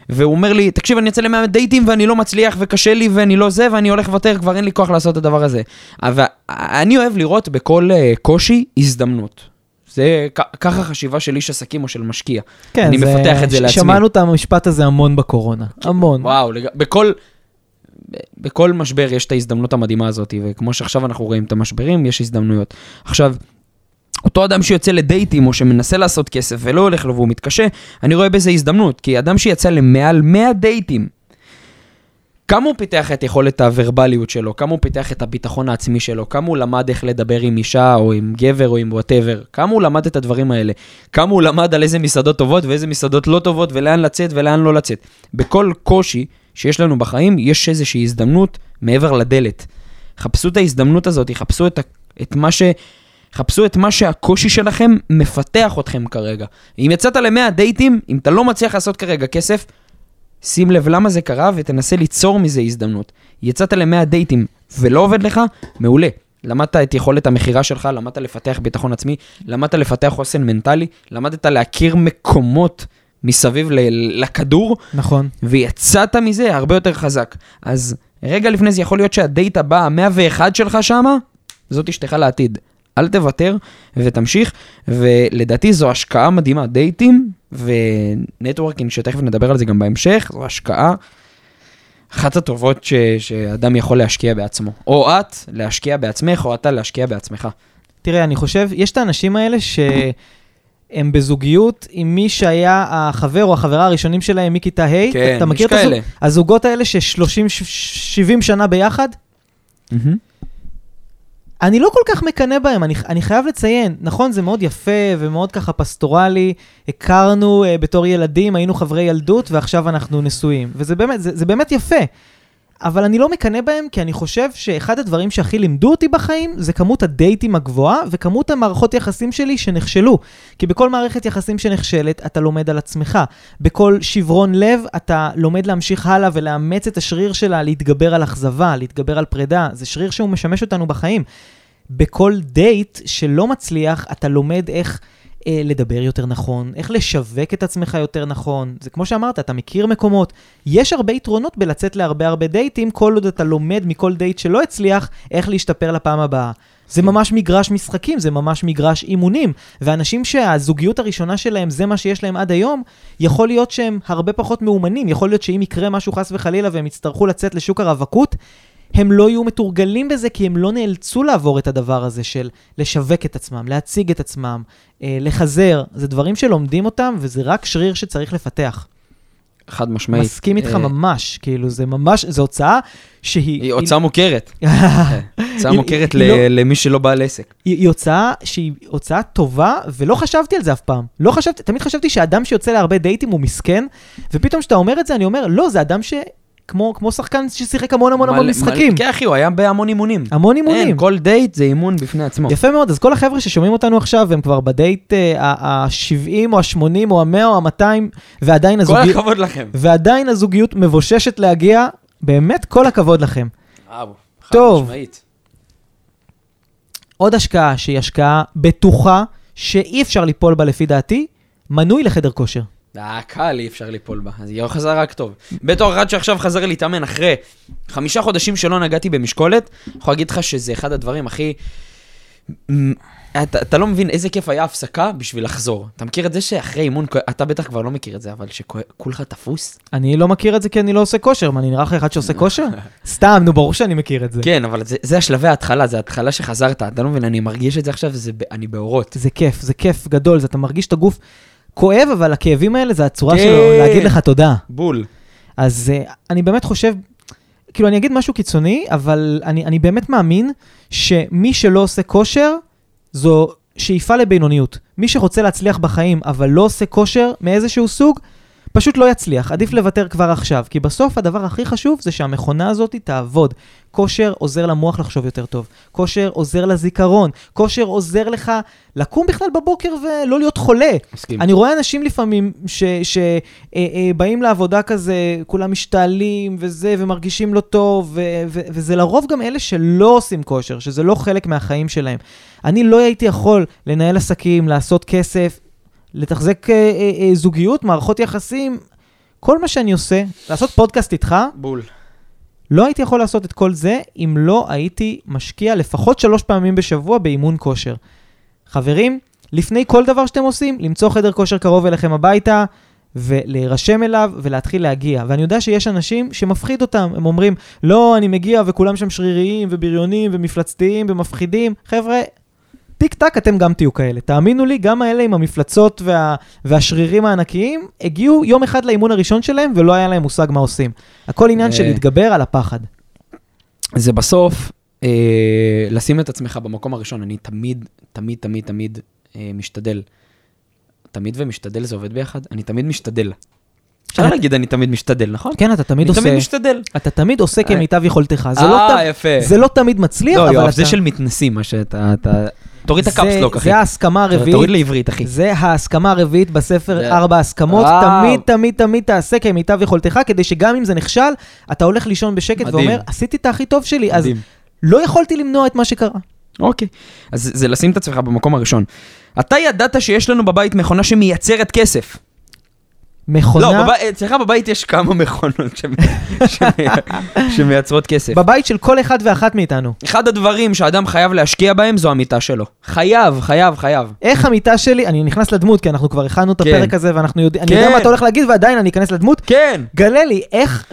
והוא אומר לי, תקשיב, אני יוצא ל100 דייטים ואני לא מצליח וקשה לי ואני לא זה ואני הולך לוותר, כבר אין לי כוח לעשות את הדבר הזה. אבל אני אוהב לראות בכל קושי הזדמנות. זה ככה חשיבה של איש עסקים או של משקיע. כן, אני מפתח את זה לעצמי. שמענו את המשפט הזה המון בקורונה, המון. וואו, בכל משבר יש את ההזדמנות המדהימה הזאת, וכמו שעכשיו אנחנו רואים את המשברים, יש הזדמנויות. עכשיו, אותו אדם שיוצא לדייטים או שמנסה לעשות כסף ולא הולך לו והוא מתקשה, אני רואה בזה הזדמנות, כי אדם שיצא למעל 100 דייטים, כמה הוא פיתח את יכולת הוורבליות שלו, כמה הוא פיתח את הביטחון העצמי שלו, כמה הוא למד איך לדבר עם אישה או עם גבר או עם whatever, כמה הוא למד את הדברים האלה, כמה הוא למד על איזה מסעדות טובות ואיזה מסעדות לא טובות ולאן לצאת ולאן לא לצאת. בכל קושי שיש לנו בחיים יש איזושהי הזדמנות מעבר לדלת. חפשו את ההזדמנות הזאת, חפשו את מה שהקושי שלכם מפתח אתכם כרגע. אם יצאת ל100 דייטים, אם אתה לא מצליח לעשות כרגע כסף, שים לב למה זה קרה ותנסה ליצור מזה הזדמנות. יצאת ל100 דייטים ולא עובד לך, מעולה. למדת את יכולת המחירה שלך, למדת לפתח ביטחון עצמי, למדת לפתח חוסן מנטלי, למדת להכיר מקומות מסביב לכדור. נכון. ויצאת מזה הרבה יותר חזק. אז רגע לפני זה יכול להיות שהדייט הבא, 101 שלך שמה, זאת אשתך לעתיד. אל תוותר ותמשיך, ולדעתי זו השקעה מדהימה, דייטים ונטוורקינג, שתכף נדבר על זה גם בהמשך, זו השקעה אחת הטובות שאדם יכול להשקיע בעצמו. או את להשקיע בעצמך, או אתה להשקיע בעצמך. תראה, אני חושב, יש את האנשים האלה שהם בזוגיות עם מי שהיה החבר או החברה הראשונים שלהם מכיתה ה'. כן, אתה מכיר יש כאלה. הזוגות האלה ש30-70 שנה ביחד? אני לא כל כך מקנה בהם, אני חייב לציין, נכון, זה מאוד יפה ומאוד ככה פסטורלי, הכרנו בתור ילדים, היינו חברי ילדות ועכשיו אנחנו נשואים, וזה באמת, זה באמת יפה, אבל אני לא מקנה בהם כי אני חושב שאחד הדברים שהכי לימדו אותי בחיים זה כמות הדייטים הגבוהה וכמות המערכות יחסים שלי שנכשלו, כי בכל מערכת יחסים שנכשלת אתה לומד על עצמך, בכל שברון לב אתה לומד להמשיך הלאה ולאמץ את השריר שלה, להתגבר על אכזבה, להתגבר על פרידה, זה שריר שהוא משמש אותנו בחיים. בכל דייט שלא מצליח אתה לומד איך לדבר יותר נכון, איך לשווק את עצמך יותר נכון. זה כמו שאמרת, אתה מכיר מקומות. יש הרבה יתרונות בלצאת להרבה דייטים, כל עוד אתה לומד מכל דייט שלא הצליח, איך להשתפר לפעם הבאה. זה ממש מגרש משחקים, זה ממש מגרש אימונים. ואנשים שהזוגיות הראשונה שלהם, זה מה שיש להם עד היום, יכול להיות שהם הרבה פחות מאומנים. יכול להיות שאם יקרה משהו חס וחלילה והם יצטרכו לצאת לשוק הרווקות, הם לא יהיו מתורגלים בזה, כי הם לא נאלצו לעבור את הדבר הזה של לשווק את עצמם, להציג את עצמם, לחזר. זה דברים שלומדים אותם, וזה רק שריר שצריך לפתח. חד משמעית. מסכים איתך ממש, כאילו זה ממש, זו הוצאה שהיא... היא הוצאה מוכרת. הוצאה מוכרת למי שלא בעל עסק. היא הוצאה שהיא הוצאה טובה, ולא חשבתי על זה אף פעם. תמיד חשבתי שהאדם שיוצא להרבה דייטים הוא מסכן, ופתאום שאתה אומר את זה, אני אומר, לא, זה אדם כמו שחקן ששיחק המון משחקים. כן, אחי, הוא היה בהמון אימונים. המון אימונים. אין, כל דייט זה אימון בפני עצמו. יפה מאוד, אז כל החבר'ה ששומעים אותנו עכשיו, הם כבר בדייט ה-70 או ה-80 או ה-100 או ה-200, ועדיין כל הכבוד לכם. ועדיין הזוגיות מבוששת להגיע, באמת כל הכבוד לכם. טוב. עוד השקעה שהיא השקעה בטוחה, שאי אפשר ליפול בה לפי דעתי, מנוי לחדר כושר. קל, אי אפשר ליפול בה, אז יהיה חזר רק טוב. בתור אחד שעכשיו חזר להתאמן אחרי 5 חודשים שלא נגעתי במשקולת, אני יכול להגיד לך שזה אחד הדברים הכי... אתה לא מבין איזה כיף היה הפסקה בשביל לחזור. אתה מכיר את זה שאחרי אימון, אתה בטח כבר לא מכיר את זה, אבל שכולך תפוס? אני לא מכיר את זה כי אני לא עושה כושר, מה, אני נראה לך אחד שעושה כושר? סתם, נו, ברור שאני מכיר את זה. כן, אבל זה השלבי ההתחלה, זה ההתחלה שחזרת, אתה לא מבין, אני מרגיש את זה עכשיו, אני באורות. זה כיף גדול, אתה מרגיש את הגוף כואב, אבל הכאבים האלה זה הצורה שלו להגיד לך תודה. בול. אז אני באמת חושב, כאילו אני אגיד משהו קיצוני, אבל אני באמת מאמין שמי שלא עושה כושר, זו שאיפה לבינוניות. מי שרוצה להצליח בחיים, אבל לא עושה כושר מאיזשהו סוג, פשוט לא יצליח. עדיף לוותר כבר עכשיו, כי בסוף הדבר הכי חשוב זה שהמכונה הזאת תעבוד. כושר עוזר למוח לחשוב יותר טוב. כושר עוזר לזיכרון. כושר עוזר לך לקום בכלל בבוקר ולא להיות חולה. מסכים. אני רואה אנשים לפעמים שבאים לעבודה כזה, כולם משתעלים וזה, ומרגישים לא טוב, וזה לרוב גם אלה שלא עושים כושר, שזה לא חלק מהחיים שלהם. אני לא הייתי יכול לנהל עסקים, לעשות כסף, לתחזק זוגיות, מערכות יחסים, כל מה שאני עושה, לעשות פודקאסט איתך, בול. לא הייתי יכול לעשות את כל זה, אם לא הייתי משקיע לפחות 3 פעמים בשבוע באימון כושר. חברים, לפני כל דבר שאתם עושים, למצוא חדר כושר קרוב אליכם הביתה, ולהירשם אליו ולהתחיל להגיע. ואני יודע שיש אנשים שמפחיד אותם, הם אומרים, לא, אני מגיע וכולם שם שריריים ובריונים ומפלצתיים ומפחידים. חבר'ה, טיק טק אתם גם תהיו כאלה. תאמינו לי, גם האלה עם המפלצות והשרירים הענקיים, הגיעו יום אחד לאימון הראשון שלהם ולא היה להם מושג מה עושים. הכל עניין של להתגבר על הפחד. זה בסוף, לשים את עצמך במקום הראשון. אני תמיד משתדל. תמיד ומשתדל זה עובד ביחד? אני תמיד משתדל. אפשר להגיד אני תמיד משתדל, נכון? כן, אתה תמיד עושה. אני תמיד משתדל. אתה תמיד עושה כמיטב יכולתך. יפה. זה לא תמיד מצליח, אבל יואב, זה של מתנסים, מה שאתה... תוריד את הקפסלוק, אחי. זה ההסכמה הרביעית. תוריד לעברית, אחי. זה ההסכמה הרביעית בספר 4 הסכמות. תמיד תעשה כמיטב יכולתך, כדי שגם אם זה נכשל, אתה הולך לישון בשקט ואומר, עשיתי את הכי טוב שלי, אז לא יכולתי למנוע את מה שקרה. אוקיי. אז זה לשים את עצמך במקום הראשון. אתה ידעת שיש לנו בבית מכונה שמייצרת כסף. מכונה? לא, אצלך בבית יש כמה מכונות שמייצרות כסף. בבית של כל אחד ואחת מאיתנו. אחד הדברים שאדם חייב להשקיע בהם זו המיטה שלו. חייב. איך המיטה שלי? אני נכנס לדמות, כי אנחנו כבר הכנו את הפרק הזה, ואנחנו יודעים, אני יודע מה אתה הולך להגיד, ועדיין אני אכנס לדמות. כן. גלה לי,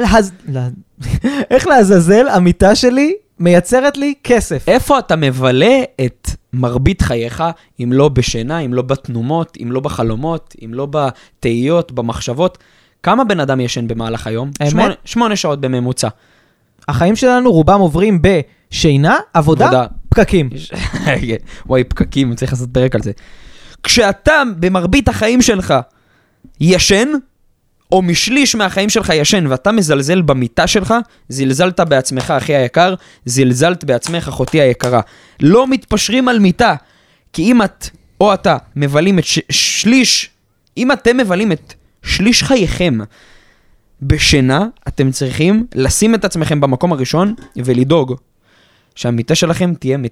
איך לעזאזל המיטה שלי מייצרת לי כסף. איפה אתה מבלה את מרבית חייך, אם לא בשינה, אם לא בתנומות, אם לא בחלומות, אם לא בתהיות, במחשבות? כמה בן אדם ישן במהלך היום? 8 שעות בממוצע. החיים שלנו רובם עוברים בשינה, עבודה, פקקים. וואי, פקקים, צריך לעשות פרק על זה. כשאתה במרבית החיים שלך ישן, או משליש מהחיים שלך ישן, ואתה מזלזל במיטה שלך, זלזלת בעצמך, אחי היקר, זלזלת בעצמך, אחותי היקרה. לא מתפשרים על מיטה, כי אם את או אתה מבלים את שליש, אם אתם מבלים את שליש חייכם בשינה, אתם צריכים לשים את עצמכם במקום הראשון, ולדאוג שהמיטה שלכם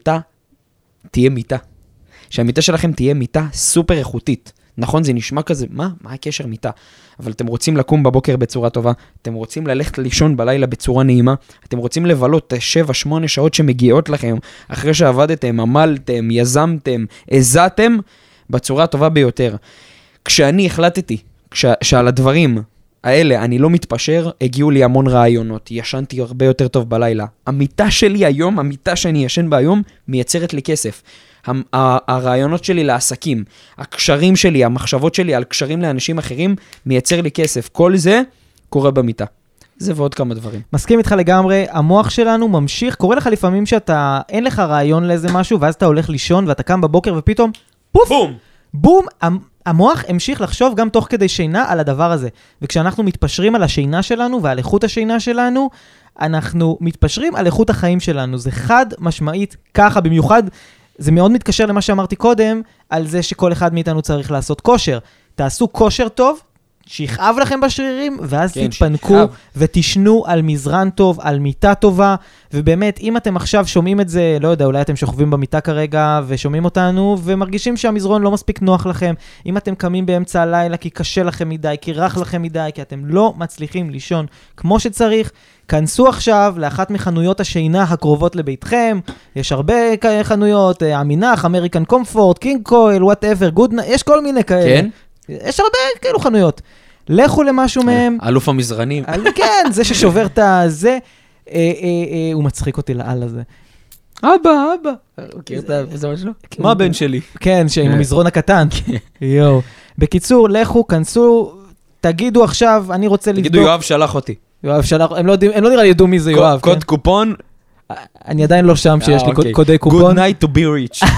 תהיה מיטה. שהמיטה שלכם תהיה מיטה סופר איכותית. נכון, זה נשמע כזה, מה הקשר מיטה? אבל אתם רוצים לקום בבוקר בצורה טובה, אתם רוצים ללכת לישון בלילה בצורה נעימה, אתם רוצים לבלות 7-8 שעות שמגיעות לכם, אחרי שעבדתם, עמלתם, יזמתם, הזעתם, בצורה הטובה ביותר. כשאני החלטתי, שעל הדברים האלה אני לא מתפשר, הגיעו לי המון רעיונות, ישנתי הרבה יותר טוב בלילה. המיטה שלי היום, המיטה שאני ישן בה היום, מייצרת לי כסף. הרעיונות שלי לעסקים, הקשרים שלי, המחשבות שלי על קשרים לאנשים אחרים, מייצר לי כסף. כל זה קורה במיטה. זה ועוד כמה דברים. מסכים איתך לגמרי, המוח שלנו ממשיך, קורה לך לפעמים שאתה, אין לך רעיון לאיזה משהו, ואז אתה הולך לישון, ואתה קם בבוקר ופתאום, פוף! בום! המוח המשיך לחשוב גם תוך כדי שינה על הדבר הזה. וכשאנחנו מתפשרים על השינה שלנו ועל איכות השינה שלנו, אנחנו מתפשרים על איכות החיים שלנו. זה חד משמעית ככה, במיוחד זה מאוד מתקשר למה שאמרתי קודם, על זה שכל אחד מאיתנו צריך לעשות כושר. תעשו כושר טוב, שיכאב לכם בשרירים, ואז תתפנקו ותשנו על מזרן טוב, על מיטה טובה, ובאמת, אם אתם עכשיו שומעים את זה, לא יודע, אולי אתם שוכבים במיטה כרגע ושומעים אותנו, ומרגישים שהמזרון לא מספיק נוח לכם, אם אתם קמים באמצע הלילה כי קשה לכם מדי, כי רך לכם מדי, כי אתם לא מצליחים לישון כמו שצריך, כנסו עכשיו לאחת מחנויות השינה הקרובות לביתכם, יש הרבה חנויות, אמינח, אמריקן קומפורט, קינג קויל, וואטאבר, גודנה, יש כל מיני כאלה. כן? יש הרבה כאילו חנויות. לכו למשהו מהם. אלוף המזרנים. כן, זה ששובר את זה, הוא מצחיק אותי לעל הזה. אבא. מכיר את זה משהו? מה הבן שלי? כן, עם המזרון הקטן. יואו. בקיצור, לכו, כנסו, תגידו עכשיו, אני רוצה לבדוק. תגידו, יואב שלח אותי. יואב שלח, הם לא נראה לי ידעו מי זה יואב. קוד קופון. אני עדיין לא שם שיש לי קודי קופון. Good night to be rich.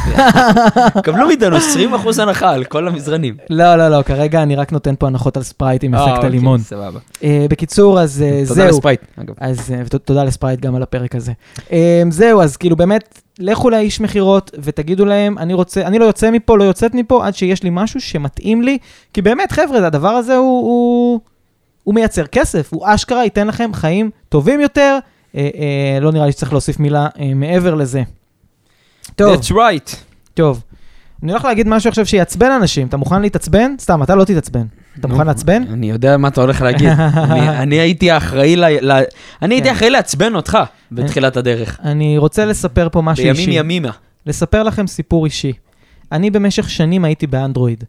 קבלו מאיתנו 20% הנחה על כל המזרנים. לא, כרגע אני רק נותן פה הנחות על ספרייט עם אפקט הלימון. סבבה. בקיצור, אז זהו. תודה לספרייט, אגב. תודה לספרייט גם על הפרק הזה. זהו, אז כאילו באמת, לכו לאיש מחירות ותגידו להם, אני לא יוצא מפה, לא יוצאת מפה, עד שיש לי משהו שמתאים לי, כי באמת, חבר'ה, הדבר הזה הוא מייצר כסף, הוא אשכרה ייתן לכם חיים טובים יותר, לא נראה לי שצריך להוסיף מילה מעבר לזה. טוב. That's right. טוב. אני הולך להגיד משהו עכשיו שיעצבן אנשים. אתה מוכן להתעצבן? סתם, אתה לא תתעצבן. אתה מוכן לעצבן? אני יודע מה אתה הולך להגיד. אני הייתי אחראי לעצבן אותך בתחילת הדרך. אני רוצה לספר פה משהו אישי. בימים ימימה. לספר לכם סיפור אישי. אני במשך שנים הייתי באנדרואיד,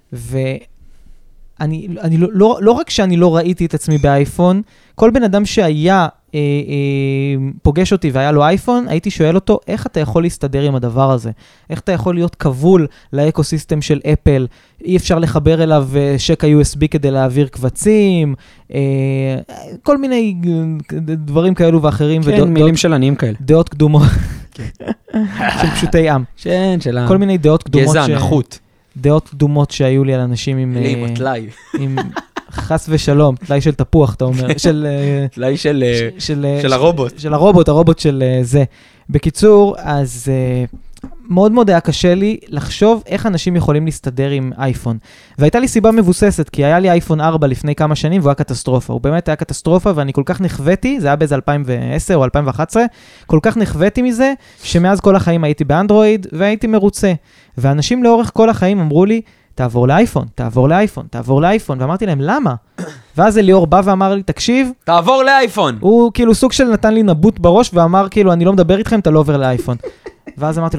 לא רק שאני לא ראיתי את עצמי באייפון, כל בן אדם שהיה פוגש אותי והיה לו אייפון, הייתי שואל אותו, איך אתה יכול להסתדר עם הדבר הזה? איך אתה יכול להיות כבול לאקוסיסטם של אפל? אי אפשר לחבר אליו שקע USB כדי להעביר קבצים, כל מיני דברים כאלו ואחרים. כן, מילים של עניים כאלה. דעות קדומות. של פשוטי עם. של כל מיני דעות קדומות. גזע, נחות. דעות קדומות שהיו לי על אנשים עם... טלאי. עם חס ושלום, טלאי של תפוח, אתה אומר. טלאי של הרובוט. של הרובוט, הרובוט של זה. בקיצור, אז מאוד מאוד היה קשה לי לחשוב איך אנשים יכולים להסתדר עם אייפון. והייתה לי סיבה מבוססת, כי היה לי אייפון 4 לפני כמה שנים, והוא היה קטסטרופה. הוא באמת היה קטסטרופה, ואני כל כך נחוויתי, זה היה באיזה 2010 או 2011, כל כך נחוויתי מזה, שמאז כל החיים הייתי באנדרואיד, והייתי מרוצה. ואנשים לאורך כל החיים אמרו לי, תעבור לאייפון, תעבור לאייפון, תעבור לאייפון, ואמרתי להם, למה? ואז אליאור בא ואמר לי, תקשיב, תעבור לאייפון. הוא כאילו סוג של נתן לי נבוט בראש, ואמר כאילו, אני לא מדבר איתכם, אתה לא עובר לאייפון. ואז אמרתי לו,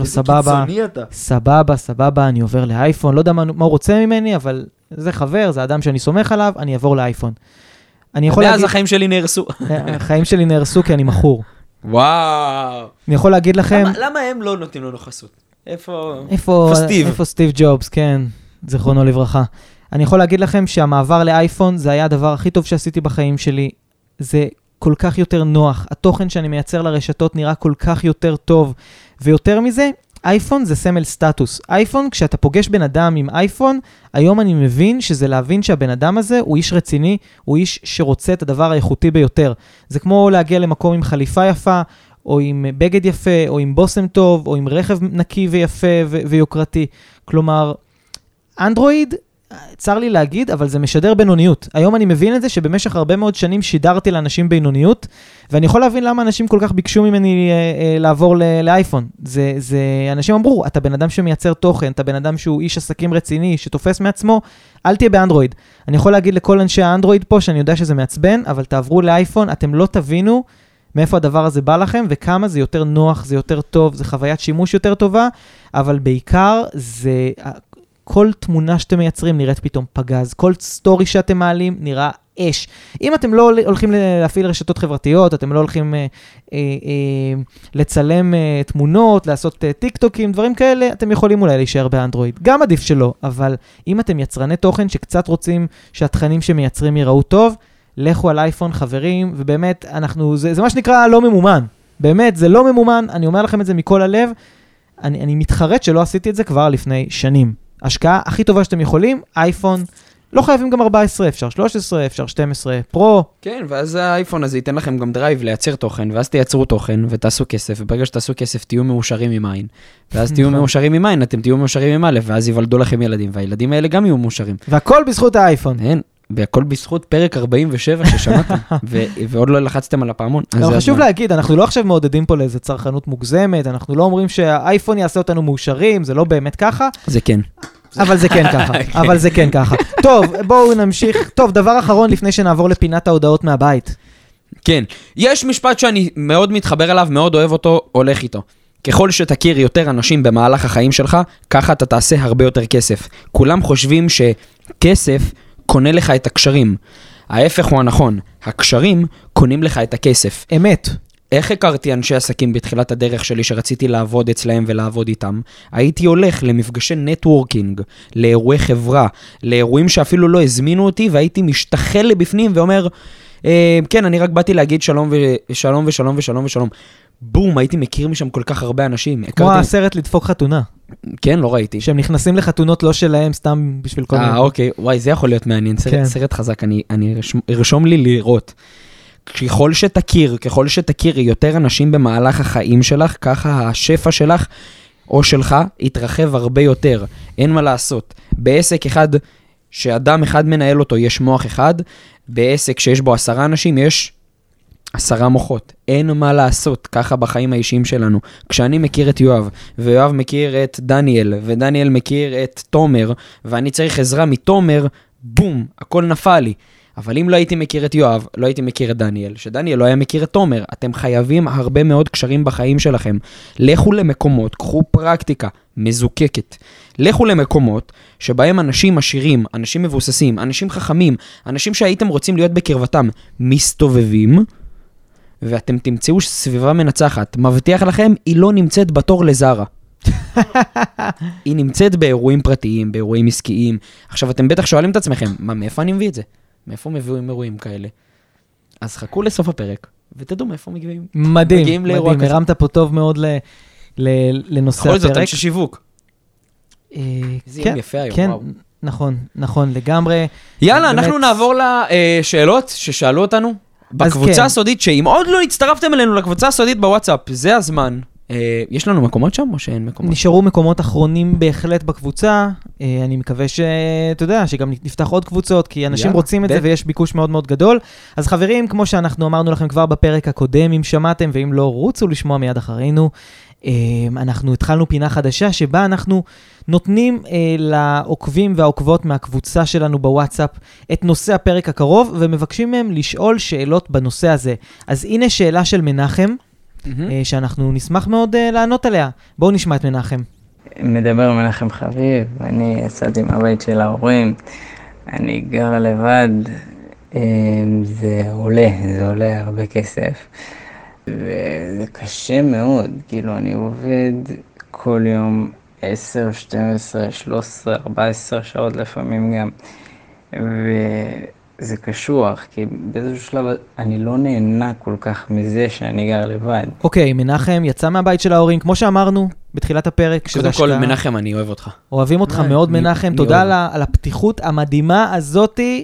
סבבה, אני עובר לאייפון, לא יודע מה הוא רוצה ממני, אבל זה חבר, זה אדם שאני סומך עליו, אני אעבור לאייפון. ואז החיים שלי נהרסו. החיים שלי נהרסו כי אני מכור. וואו. אני יכול להגיד לכם... למה הם לא נותנים לנו חסות? איפה סטיב ג'ובס, כן, זכרונו לברכה. אני יכול להגיד לכם שהמעבר לאייפון זה היה הדבר הכי טוב שעשיתי בחיים שלי. זה כל כך יותר נוח. התוכן שאני מייצר לרשתות נראה כל כך יותר טוב. ויותר מזה, אייפון זה סמל סטטוס. אייפון, כשאתה פוגש בן אדם עם אייפון, היום אני מבין שזה להבין שהבן אדם הזה הוא איש רציני, הוא איש שרוצה את הדבר האיכותי ביותר. זה כמו להגיע למקום עם חליפה יפה, או עם בגד יפה, או עם בוסם טוב, או עם רכב נקי ויפה ויוקרתי. כלומר, אנדרואיד, צר לי להגיד, אבל זה משדר בינוניות. היום אני מבין את זה שבמשך הרבה מאוד שנים שידרתי לאנשים בינוניות, ואני יכול להבין למה אנשים כל כך ביקשו ממני לעבור לאייפון. זה אנשים אמרו, אתה בן אדם שמייצר תוכן, אתה בן אדם שהוא איש עסקים רציני, שתופס מעצמו, אל תהיה באנדרואיד. אני יכול להגיד לכל אנשי האנדרואיד פה, שאני יודע שזה מעצבן, אבל תעברו לאייפון, אתם לא תבינו מאיפה הדבר הזה בא לכם, וכמה זה יותר נוח, זה יותר טוב, זה חוויית שימוש יותר טובה, אבל בעיקר זה... כל תמונה שאתם מייצרים נראית פתאום פגז, כל סטורי שאתם מעלים נראה אש. אם אתם לא הולכים להפעיל רשתות חברתיות, אתם לא הולכים לצלם תמונות, לעשות טיק טוקים, דברים כאלה, אתם יכולים אולי להישאר באנדרואיד. גם עדיף שלא, אבל אם אתם יצרני תוכן שקצת רוצים שהתכנים שמייצרים יראו טוב, לכו על אייפון חברים, ובאמת זה מה שנקרא לא ממומן. באמת, זה לא ממומן, אני אומר לכם את זה מכל הלב, אני מתחרט שלא עשיתי את זה כבר לפני שנים. השקעה הכי טובה שאתם יכולים, אייפון, לא חייבים גם 14, אפשר 13, אפשר 12, פרו. כן, ואז האייפון הזה ייתן לכם גם דרייב לייצר תוכן, ואז תייצרו תוכן ותעשו כסף, וברגע שתעשו כסף תהיו מאושרים עם עין. ואז תהיו מאושרים עם עין, אתם תהיו מאושרים עם א', ואז יוולדו לכם ילדים, והילדים האלה גם יהיו מאושרים. והכל בזכות האייפון. כן, והכל בזכות פרק 47 ששמעתם, ועוד לא לחצתם על הפעמון. חשוב להגיד, אנחנו לא עכשיו מעודדים פה לאיזה צרכנות מוגזמת, אנחנו לא אומרים שהאייפון יעשה אותנו מאושרים, זה לא באמת ככה. זה כן. אבל זה כן ככה. טוב, בואו נמשיך. טוב, דבר אחרון לפני שנעבור לפינת ההודעות מהבית. כן, יש משפט שאני מאוד מתחבר אליו, מאוד אוהב אותו, הולך איתו. ככל שתכיר יותר אנשים במהלך החיים שלך, ככה אתה תעשה הרבה יותר כסף. כולם חושבים שכסף קונה לך את הקשרים. ההפך הוא הנכון, הקשרים קונים לך את הכסף. אמת. איך הכרתי אנשי עסקים בתחילת הדרך שלי שרציתי לעבוד אצלהם ולעבוד איתם? הייתי הולך למפגשי נטוורקינג, לאירועי חברה, לאירועים שאפילו לא הזמינו אותי, והייתי משתחל לבפנים ואומר, כן, אני רק באתי להגיד שלום ושלום ושלום ושלום ושלום. בום, הייתי מכיר משם כל כך הרבה אנשים. כמו הסרט לדפוק חתונה. כן, לא ראיתי. שהם נכנסים לחתונות לא שלהם, סתם בשביל כל מיני. אוקיי, וואי, זה יכול להיות מעניין, סרט חזק, אני ארשום לי לראות. ככל שתכירי יותר אנשים במהלך החיים שלך, ככה השפע שלך או שלך יתרחב הרבה יותר. אין מה לעשות. בעסק אחד, שאדם אחד מנהל אותו, יש מוח אחד. בעסק שיש בו 10 אנשים, יש 10 מוחות, אין מה לעשות ככה בחיים האישיים שלנו. כשאני מכיר את יואב, ויואב מכיר את דניאל, ודניאל מכיר את תומר, ואני צריך עזרה מתומר, בום, הכל נפל לי. אבל אם לא הייתי מכיר את יואב, לא הייתי מכיר את דניאל, שדניאל לא היה מכיר את תומר. אתם חייבים הרבה מאוד קשרים בחיים שלכם. לכו למקומות, קחו פרקטיקה מזוקקת. לכו למקומות שבהם אנשים עשירים, אנשים מבוססים, אנשים חכמים, אנשים שהייתם רוצים להיות בקרבתם, מסתובבים, ואתם תמצאו סביבה מנצחת. מבטיח לכם, היא לא נמצאת בתור לזרה. היא נמצאת באירועים פרטיים, באירועים עסקיים. עכשיו, אתם בטח שואלים את עצמכם, מאיפה אני מביא את זה? מאיפה מביאים אירועים כאלה? אז חכו לסוף הפרק, ותדעו מאיפה מגיעים. מדהים, מדהים. הרמת פה טוב מאוד לנושא הפרק. בכל זאת, אנשי שיווק. זה יום יפה היום, וואו. נכון, נכון, לגמרי. יאללה, אנחנו נעבור לשאלות ששאלו אותנו. בקבוצה הסודית, שאם עוד לא הצטרפתם אלינו לקבוצה הסודית בוואטסאפ, זה הזמן. יש לנו מקומות שם או שאין מקומות? נשארו מקומות אחרונים בהחלט בקבוצה. אני מקווה שאתה יודע, שגם נפתח עוד קבוצות, כי אנשים רוצים את זה ויש ביקוש מאוד מאוד גדול. אז חברים, כמו שאנחנו אמרנו לכם כבר בפרק הקודם, אם שמעתם ואם לא, רוצו לשמוע מיד אחרינו. אנחנו התחלנו פינה חדשה שבה אנחנו נותנים לעוקבים והעוקבות מהקבוצה שלנו בוואטסאפ את נושא הפרק הקרוב, ומבקשים מהם לשאול שאלות בנושא הזה. אז הנה שאלה של מנחם, שאנחנו נשמח מאוד לענות עליה. בואו נשמע את מנחם. מדבר מנחם חביב, אני יצאתי מהבית של ההורים, אני גר לבד, זה עולה הרבה כסף, וזה קשה מאוד, כאילו אני עובד כל יום 10, 12, 13, 14 שעות לפעמים גם, זה קשוח, כי באיזשהו שלב אני לא נהנה כל כך מזה שאני גר לבד. אוקיי, מנחם יצא מהבית של ההורים, כמו שאמרנו בתחילת הפרק. קודם כל, מנחם, אני אוהב אותך. אוהבים אותך מאוד, מנחם. תודה על הפתיחות המדהימה הזאתי,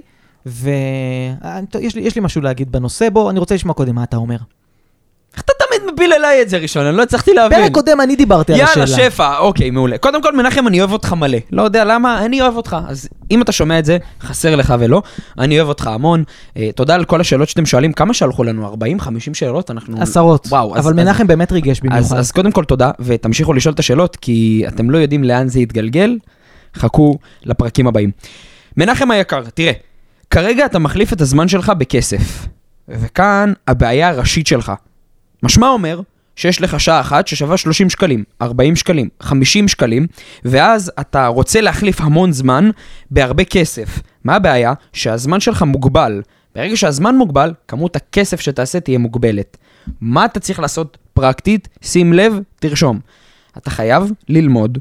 ויש לי משהו להגיד בנושא. בוא, אני רוצה לשמוע קודם מה אתה אומר. איך אתה תמיד מפיל אליי את זה ראשון? אני לא הצלחתי להבין. פרק קודם אני דיברתי על השאלה. יאללה, שפע, אוקיי, מעולה. קודם כל, מנחם, אני אוהב אותך מלא. לא יודע למה, אני אוהב אותך. אז אם אתה שומע את זה, חסר לך ולא. אני אוהב אותך המון. תודה על כל השאלות שאתם שואלים. כמה שלחו לנו? 40, 50 שאלות? עשרות. אבל מנחם באמת ריגש במיוחד. אז קודם כל תודה, ותמשיכו לשאול את השאלות, כי אתם לא יודעים לאן זה יתגלגל. חכו לפרקים הבאים. מנחם היקר, תראה, כרגע אתה מחליף את הזמן שלך בכסף. וכאן הבעיה הראשית שלך. משמע אומר שיש לך שעה אחת ששווה 30 שקלים, 40 שקלים, 50 שקלים, ואז אתה רוצה להחליף המון זמן בהרבה כסף. מה הבעיה? שהזמן שלך מוגבל. ברגע שהזמן מוגבל, כמות הכסף שתעשה תהיה מוגבלת. מה אתה צריך לעשות פרקטית? שים לב, תרשום. אתה חייב ללמוד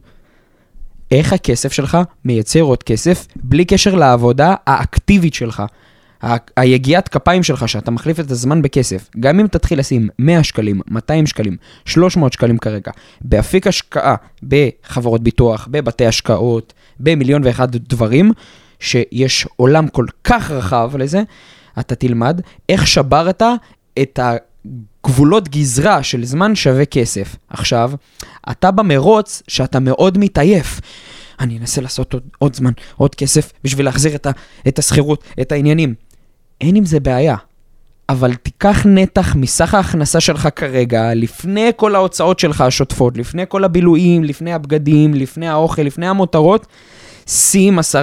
איך הכסף שלך מייצר עוד כסף, בלי קשר לעבודה האקטיבית שלך. היגיעת כפיים שלך שאתה מחליף את הזמן בכסף, גם אם תתחיל לשים 100 שקלים, 200 שקלים, 300 שקלים כרגע, באפיק השקעה, בחברות ביטוח, בבתי השקעות, במיליון ואחד דברים, שיש עולם כל כך רחב לזה, אתה תלמד איך שברת את הגבולות גזרה של זמן שווה כסף. עכשיו, אתה במרוץ שאתה מאוד מתעייף. אני אנסה לעשות עוד זמן, עוד כסף, בשביל להחזיר את הסחירות, את העניינים. אין עם זה בעיה, אבל תיקח נתח מסך ההכנסה שלך כרגע, לפני כל ההוצאות שלך השוטפות, לפני כל הבילויים, לפני הבגדים, לפני האוכל, לפני המותרות, שים 10%,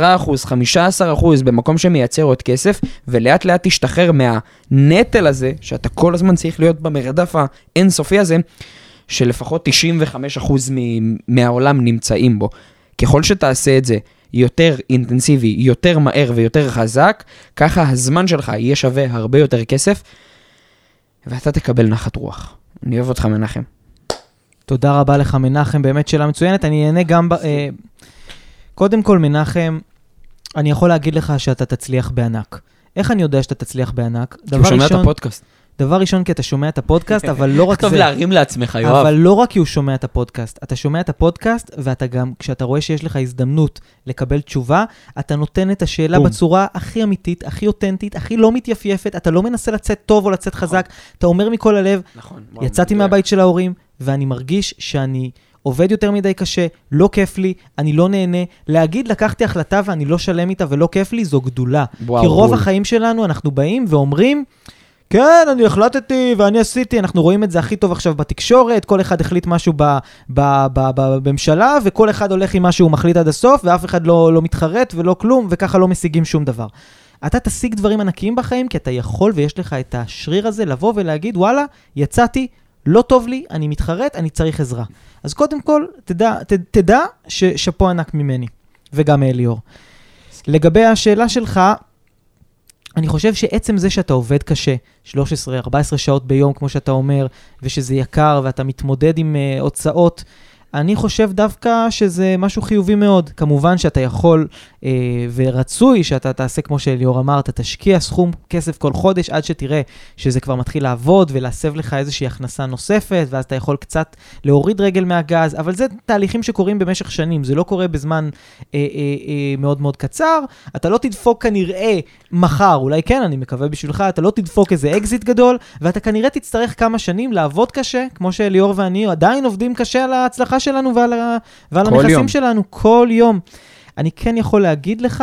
15% במקום שמייצר עוד כסף, ולאט לאט תשתחרר מהנטל הזה, שאתה כל הזמן צריך להיות במרדף האינסופי הזה, שלפחות 95% מהעולם נמצאים בו. ככל שתעשה את זה יותר אינטנסיבי, יותר מהר ויותר חזק, ככה הזמן שלך יהיה שווה הרבה יותר כסף, ואתה תקבל נחת רוח. אני אוהב אותך מנחם. תודה רבה לך מנחם, באמת שאלה מצוינת. אני אענה גם, קודם כל מנחם, אני יכול להגיד לך שאתה תצליח בענק. איך אני יודע שאתה תצליח בענק? כי הוא שומע את הפודקאסט. דבר ראשון, כי אתה שומע את הפודקאסט, אבל לא רק זה. טוב להרים לעצמך, יואב. אבל לא רק כי הוא שומע את הפודקאסט. אתה שומע את הפודקאסט, ואתה גם, כשאתה רואה שיש לך הזדמנות לקבל תשובה, אתה נותן את השאלה בצורה הכי אמיתית, הכי אותנטית, הכי לא מתייפייפת, אתה לא מנסה לצאת טוב או לצאת חזק, אתה אומר מכל הלב, יצאתי מהבית של ההורים, ואני מרגיש שאני עובד יותר מדי קשה, לא כיף לי, אני לא נהנה. להגיד, לקחתי החלטה ואני לא שלם איתה ולא כיף לי, זו גדולה. כי רוב החיים שלנו אנחנו באים ואומרים, כן, אני החלטתי ואני עשיתי, אנחנו רואים את זה הכי טוב עכשיו בתקשורת, כל אחד החליט משהו בממשלה, וכל אחד הולך עם מה שהוא מחליט עד הסוף, ואף אחד לא מתחרט ולא כלום, וככה לא משיגים שום דבר. אתה תשיג דברים ענקיים בחיים, כי אתה יכול ויש לך את השריר הזה לבוא ולהגיד, וואלה, יצאתי, לא טוב לי, אני מתחרט, אני צריך עזרה. אז קודם כל, תדע ששפו ענק ממני, וגם אליאור. לגבי השאלה שלך, אני חושב שעצם זה שאתה עובד קשה, 13-14 שעות ביום, כמו שאתה אומר, ושזה יקר, ואתה מתמודד עם הוצאות, אני חושב דווקא שזה משהו חיובי מאוד. כמובן שאתה יכול ורצוי שאתה תעשה כמו שאליאור אמר, אתה תשקיע סכום כסף כל חודש עד שתראה שזה כבר מתחיל לעבוד ולהסב לך איזושהי הכנסה נוספת, ואז אתה יכול קצת להוריד רגל מהגז, אבל זה תהליכים שקורים במשך שנים, זה לא קורה בזמן מאוד מאוד קצר, אתה לא תדפוק כנראה מחר, אולי כן, אני מקווה בשבילך, אתה לא תדפוק איזה אקזיט גדול, ואתה כנראה תצטרך כמה שנים לעבוד קשה, כמו שאליאור ואני עדיין עובדים קשה על ההצלחה שלנו ועל הנכסים שלנו כל יום. אני כן יכול להגיד לך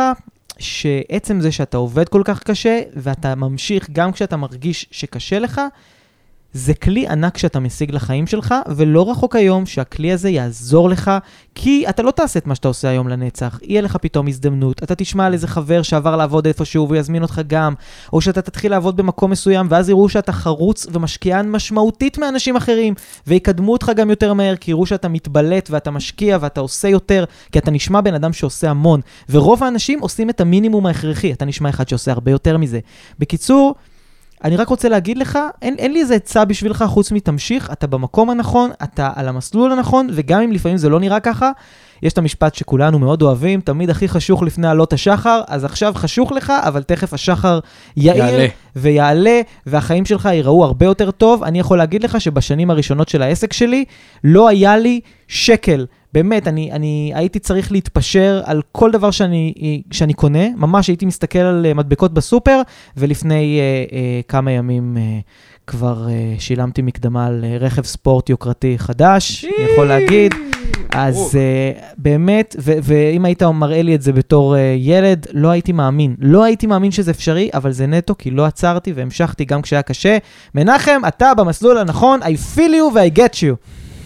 שעצם זה שאתה עובד כל כך קשה ואתה ממשיך גם כשאתה מרגיש שקשה לך, זה כלי ענק שאתה משיג לחיים שלך, ולא רחוק היום שהכלי הזה יעזור לך, כי אתה לא תעשה את מה שאתה עושה היום לנצח. יהיה לך פתאום הזדמנות, אתה תשמע על איזה חבר שעבר לעבוד איפשהו ויזמין אותך גם, או שאתה תתחיל לעבוד במקום מסוים, ואז יראו שאתה חרוץ ומשקיען משמעותית מאנשים אחרים, ויקדמו אותך גם יותר מהר, כי יראו שאתה מתבלט ואתה משקיע ואתה עושה יותר, כי אתה נשמע בן אדם שעושה המון, ורוב האנשים עושים את המינימום ההכרחי, אתה נשמע אחד שעושה הרבה יותר מזה. בקיצור, אני רק רוצה להגיד לך, אין לי איזה עצה בשבילך חוץ מתמשיך, אתה במקום הנכון, אתה על המסלול הנכון, וגם אם לפעמים זה לא נראה ככה, יש את המשפט שכולנו מאוד אוהבים, תמיד הכי חשוך לפני עלות השחר, אז עכשיו חשוך לך, אבל תכף השחר יעיר ויעלה, והחיים שלך ייראו הרבה יותר טוב. אני יכול להגיד לך שבשנים הראשונות של העסק שלי, לא היה לי שקל. באמת, אני הייתי צריך להתפשר על כל דבר שאני קונה, ממש הייתי מסתכל על מדבקות בסופר, ולפני כמה ימים כבר שילמתי מקדמה על רכב ספורט יוקרתי חדש, אני יכול להגיד. אז באמת, ואם היית מראה לי את זה בתור ילד, לא הייתי מאמין. לא הייתי מאמין שזה אפשרי, אבל זה נטו, כי לא עצרתי והמשכתי גם כשהיה קשה. מנחם, אתה במסלול הנכון, I feel you ו-I get you.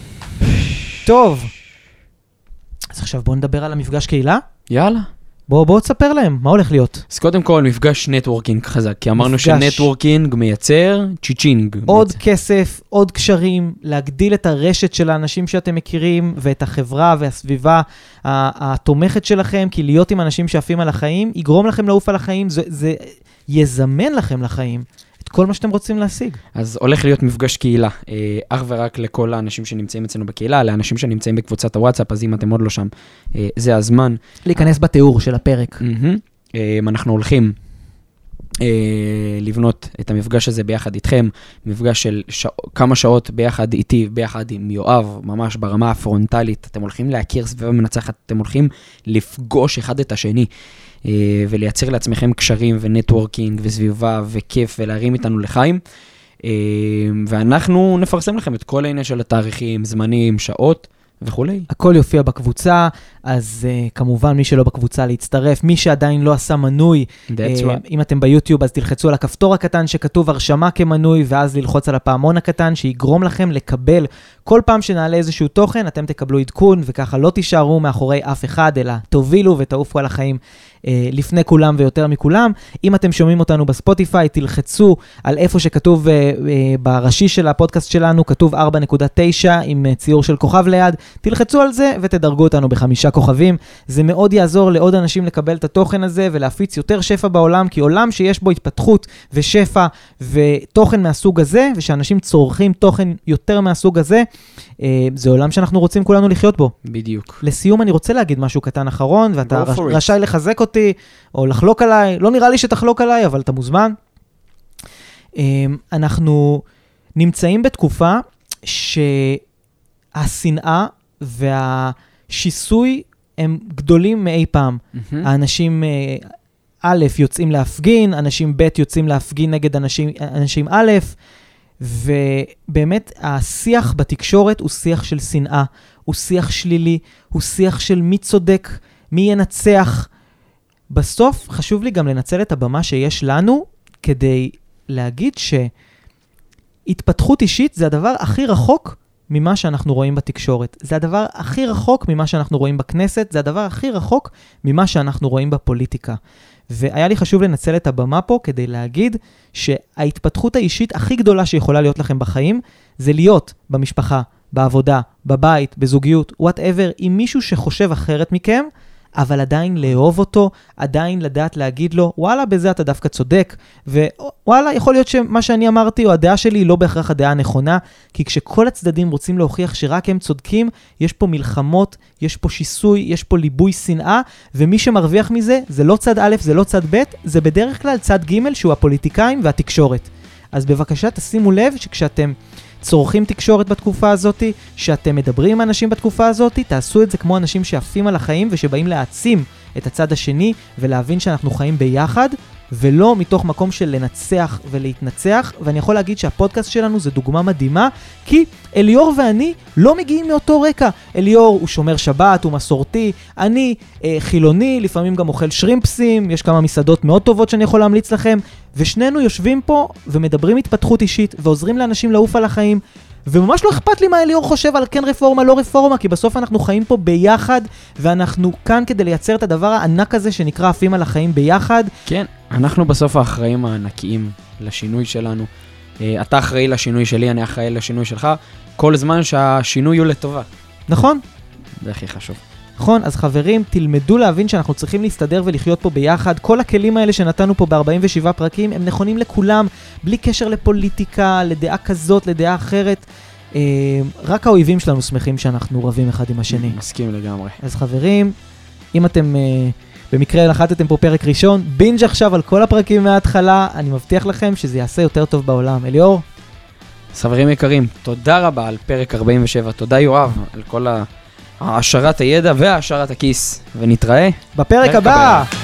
טוב. אז עכשיו בואו נדבר על המפגש קהילה. יאללה. בואו תספר להם, מה הולך להיות? אז קודם כל, מפגש נטוורקינג חזק, כי אמרנו שנטוורקינג מייצר צ'יצ'ינג. עוד כסף, עוד קשרים, להגדיל את הרשת של האנשים שאתם מכירים, ואת החברה והסביבה התומכת שלכם, כי להיות עם אנשים שעפים על החיים, יגרום לכם לעוף על החיים, זה יזמן לכם לחיים. את כל מה שאתם רוצים להשיג. אז הולך להיות מפגש קהילה, אך ורק לכל האנשים שנמצאים אצלנו בקהילה, לאנשים שנמצאים בקבוצת הוואטסאפ, אז אם אתם עוד לא שם, זה הזמן. להיכנס בתיאור של הפרק. אנחנו הולכים לבנות את המפגש הזה ביחד איתכם, מפגש של כמה שעות ביחד איתי, ביחד עם יואב, ממש ברמה הפרונטלית, אתם הולכים להכיר סביבה מנצחת, אתם הולכים לפגוש אחד את השני, ולייצר לעצמכם קשרים ונטוורקינג וסביבה וכיף ולהרים איתנו לחיים, ואנחנו נפרסם לכם את כל העניין של התאריכים, זמנים, שעות וכולי. הכל יופיע בקבוצה, אז כמובן מי שלא בקבוצה להצטרף, מי שעדיין לא עשה מנוי, אם אתם ביוטיוב אז תלחצו על הכפתור הקטן שכתוב הרשמה כמנוי, ואז ללחוץ על הפעמון הקטן שיגרום לכם לקבל, כל פעם שנעלה איזשהו תוכן, אתם תקבלו עדכון, וככה לא תישארו מאחורי אף אחד, אלא תובילו ותעופו על החיים לפני כולם ויותר מכולם. אם אתם שומעים אותנו בספוטיפיי, תלחצו על איפה שכתוב בראשי של הפודקאסט שלנו, כתוב 4.9 עם ציור של כוכב ליד, תלחצו על זה ותדרגו אותנו ב5 כוכבים. זה מאוד יעזור לעוד אנשים לקבל את התוכן הזה ולהפיץ יותר שפע בעולם, כי עולם שיש בו התפתחות ושפע ותוכן מהסוג הזה, ושאנשים צורכים תוכן יותר מהסוג הזה, זה עולם שאנחנו רוצים כולנו לחיות בו. בדיוק. לסיום אני רוצה להגיד משהו קטן אחרון, ואתה רשאי לחזק אותי, או לחלוק עליי, לא נראה לי שתחלוק עליי, אבל אתה מוזמן. אנחנו נמצאים בתקופה שהשנאה והשיסוי הם גדולים מאי פעם. האנשים א' יוצאים להפגין, אנשים ב' יוצאים להפגין נגד אנשים א', ובאמת השיח בתקשורת הוא שיח של שנאה, הוא שיח שלילי, הוא שיח של מי צודק, מי ינצח. בסוף חשוב לי גם לנצל את הבמה שיש לנו כדי להגיד שהתפתחות אישית זה הדבר הכי רחוק ממה שאנחנו רואים בתקשורת. זה הדבר הכי רחוק ממה שאנחנו רואים בכנסת, זה הדבר הכי רחוק ממה שאנחנו רואים בפוליטיקה. והיה לי חשוב לנצל את הבמה פה כדי להגיד שההתפתחות האישית הכי גדולה שיכולה להיות לכם בחיים, זה להיות במשפחה, בעבודה, בבית, בזוגיות, whatever, עם מישהו שחושב אחרת מכם, אבל עדיין לאהוב אותו, עדיין לדעת להגיד לו, וואלה, בזה אתה דווקא צודק, ווואלה, יכול להיות שמה שאני אמרתי, או הדעה שלי, היא לא בהכרח הדעה הנכונה, כי כשכל הצדדים רוצים להוכיח שרק הם צודקים, יש פה מלחמות, יש פה שיסוי, יש פה ליבוי שנאה, ומי שמרוויח מזה, זה לא צד א', זה לא צד ב', זה בדרך כלל צד ג' שהוא הפוליטיקאים והתקשורת. אז בבקשה, תשימו לב שכשאתם צורכים תקשורת בתקופה הזאת, שאתם מדברים עם אנשים בתקופה הזאת, תעשו את זה כמו אנשים שעפים על החיים ושבאים להעצים את הצד השני ולהבין שאנחנו חיים ביחד, ולא מתוך מקום של לנצח ולהתנצח. ואני יכול להגיד שהפודקאסט שלנו זה דוגמה מדהימה, כי אליאור ואני לא מגיעים מאותו רקע. אליאור הוא שומר שבת, הוא מסורתי, אני חילוני, לפעמים גם אוכל שרימפסים, יש כמה מסעדות מאוד טובות שאני יכול להמליץ לכם, ושנינו יושבים פה ומדברים התפתחות אישית ועוזרים לאנשים לעוף על החיים, וממש לא אכפת לי מה אליאור חושב על כן רפורמה, לא רפורמה, כי בסוף אנחנו חיים פה ביחד, ואנחנו כאן כדי לייצר את הדבר הענק הזה שנקרא עפים על החיים ביחד. כן, אנחנו בסוף האחראים הענקיים לשינוי שלנו. אתה אחראי לשינוי שלי, אני אחראי לשינוי שלך, כל זמן שהשינוי הוא לטובה. נכון. זה הכי חשוב. נכון, אז חברים, תלמדו להבין שאנחנו צריכים להסתדר ולחיות פה ביחד. כל הכלים האלה שנתנו פה ב-47 פרקים, הם נכונים לכולם, בלי קשר לפוליטיקה, לדעה כזאת, לדעה אחרת. רק האויבים שלנו שמחים שאנחנו רבים אחד עם השני. מסכים לגמרי. אז חברים, אם אתם במקרה לחצתם פה פרק ראשון, בינג' עכשיו על כל הפרקים מההתחלה, אני מבטיח לכם שזה יעשה יותר טוב בעולם. אליאור? חברים יקרים, תודה רבה על פרק 47, תודה יואב על כל העשרת הידע והעשרת הכיס, ונתראה בפרק הבא.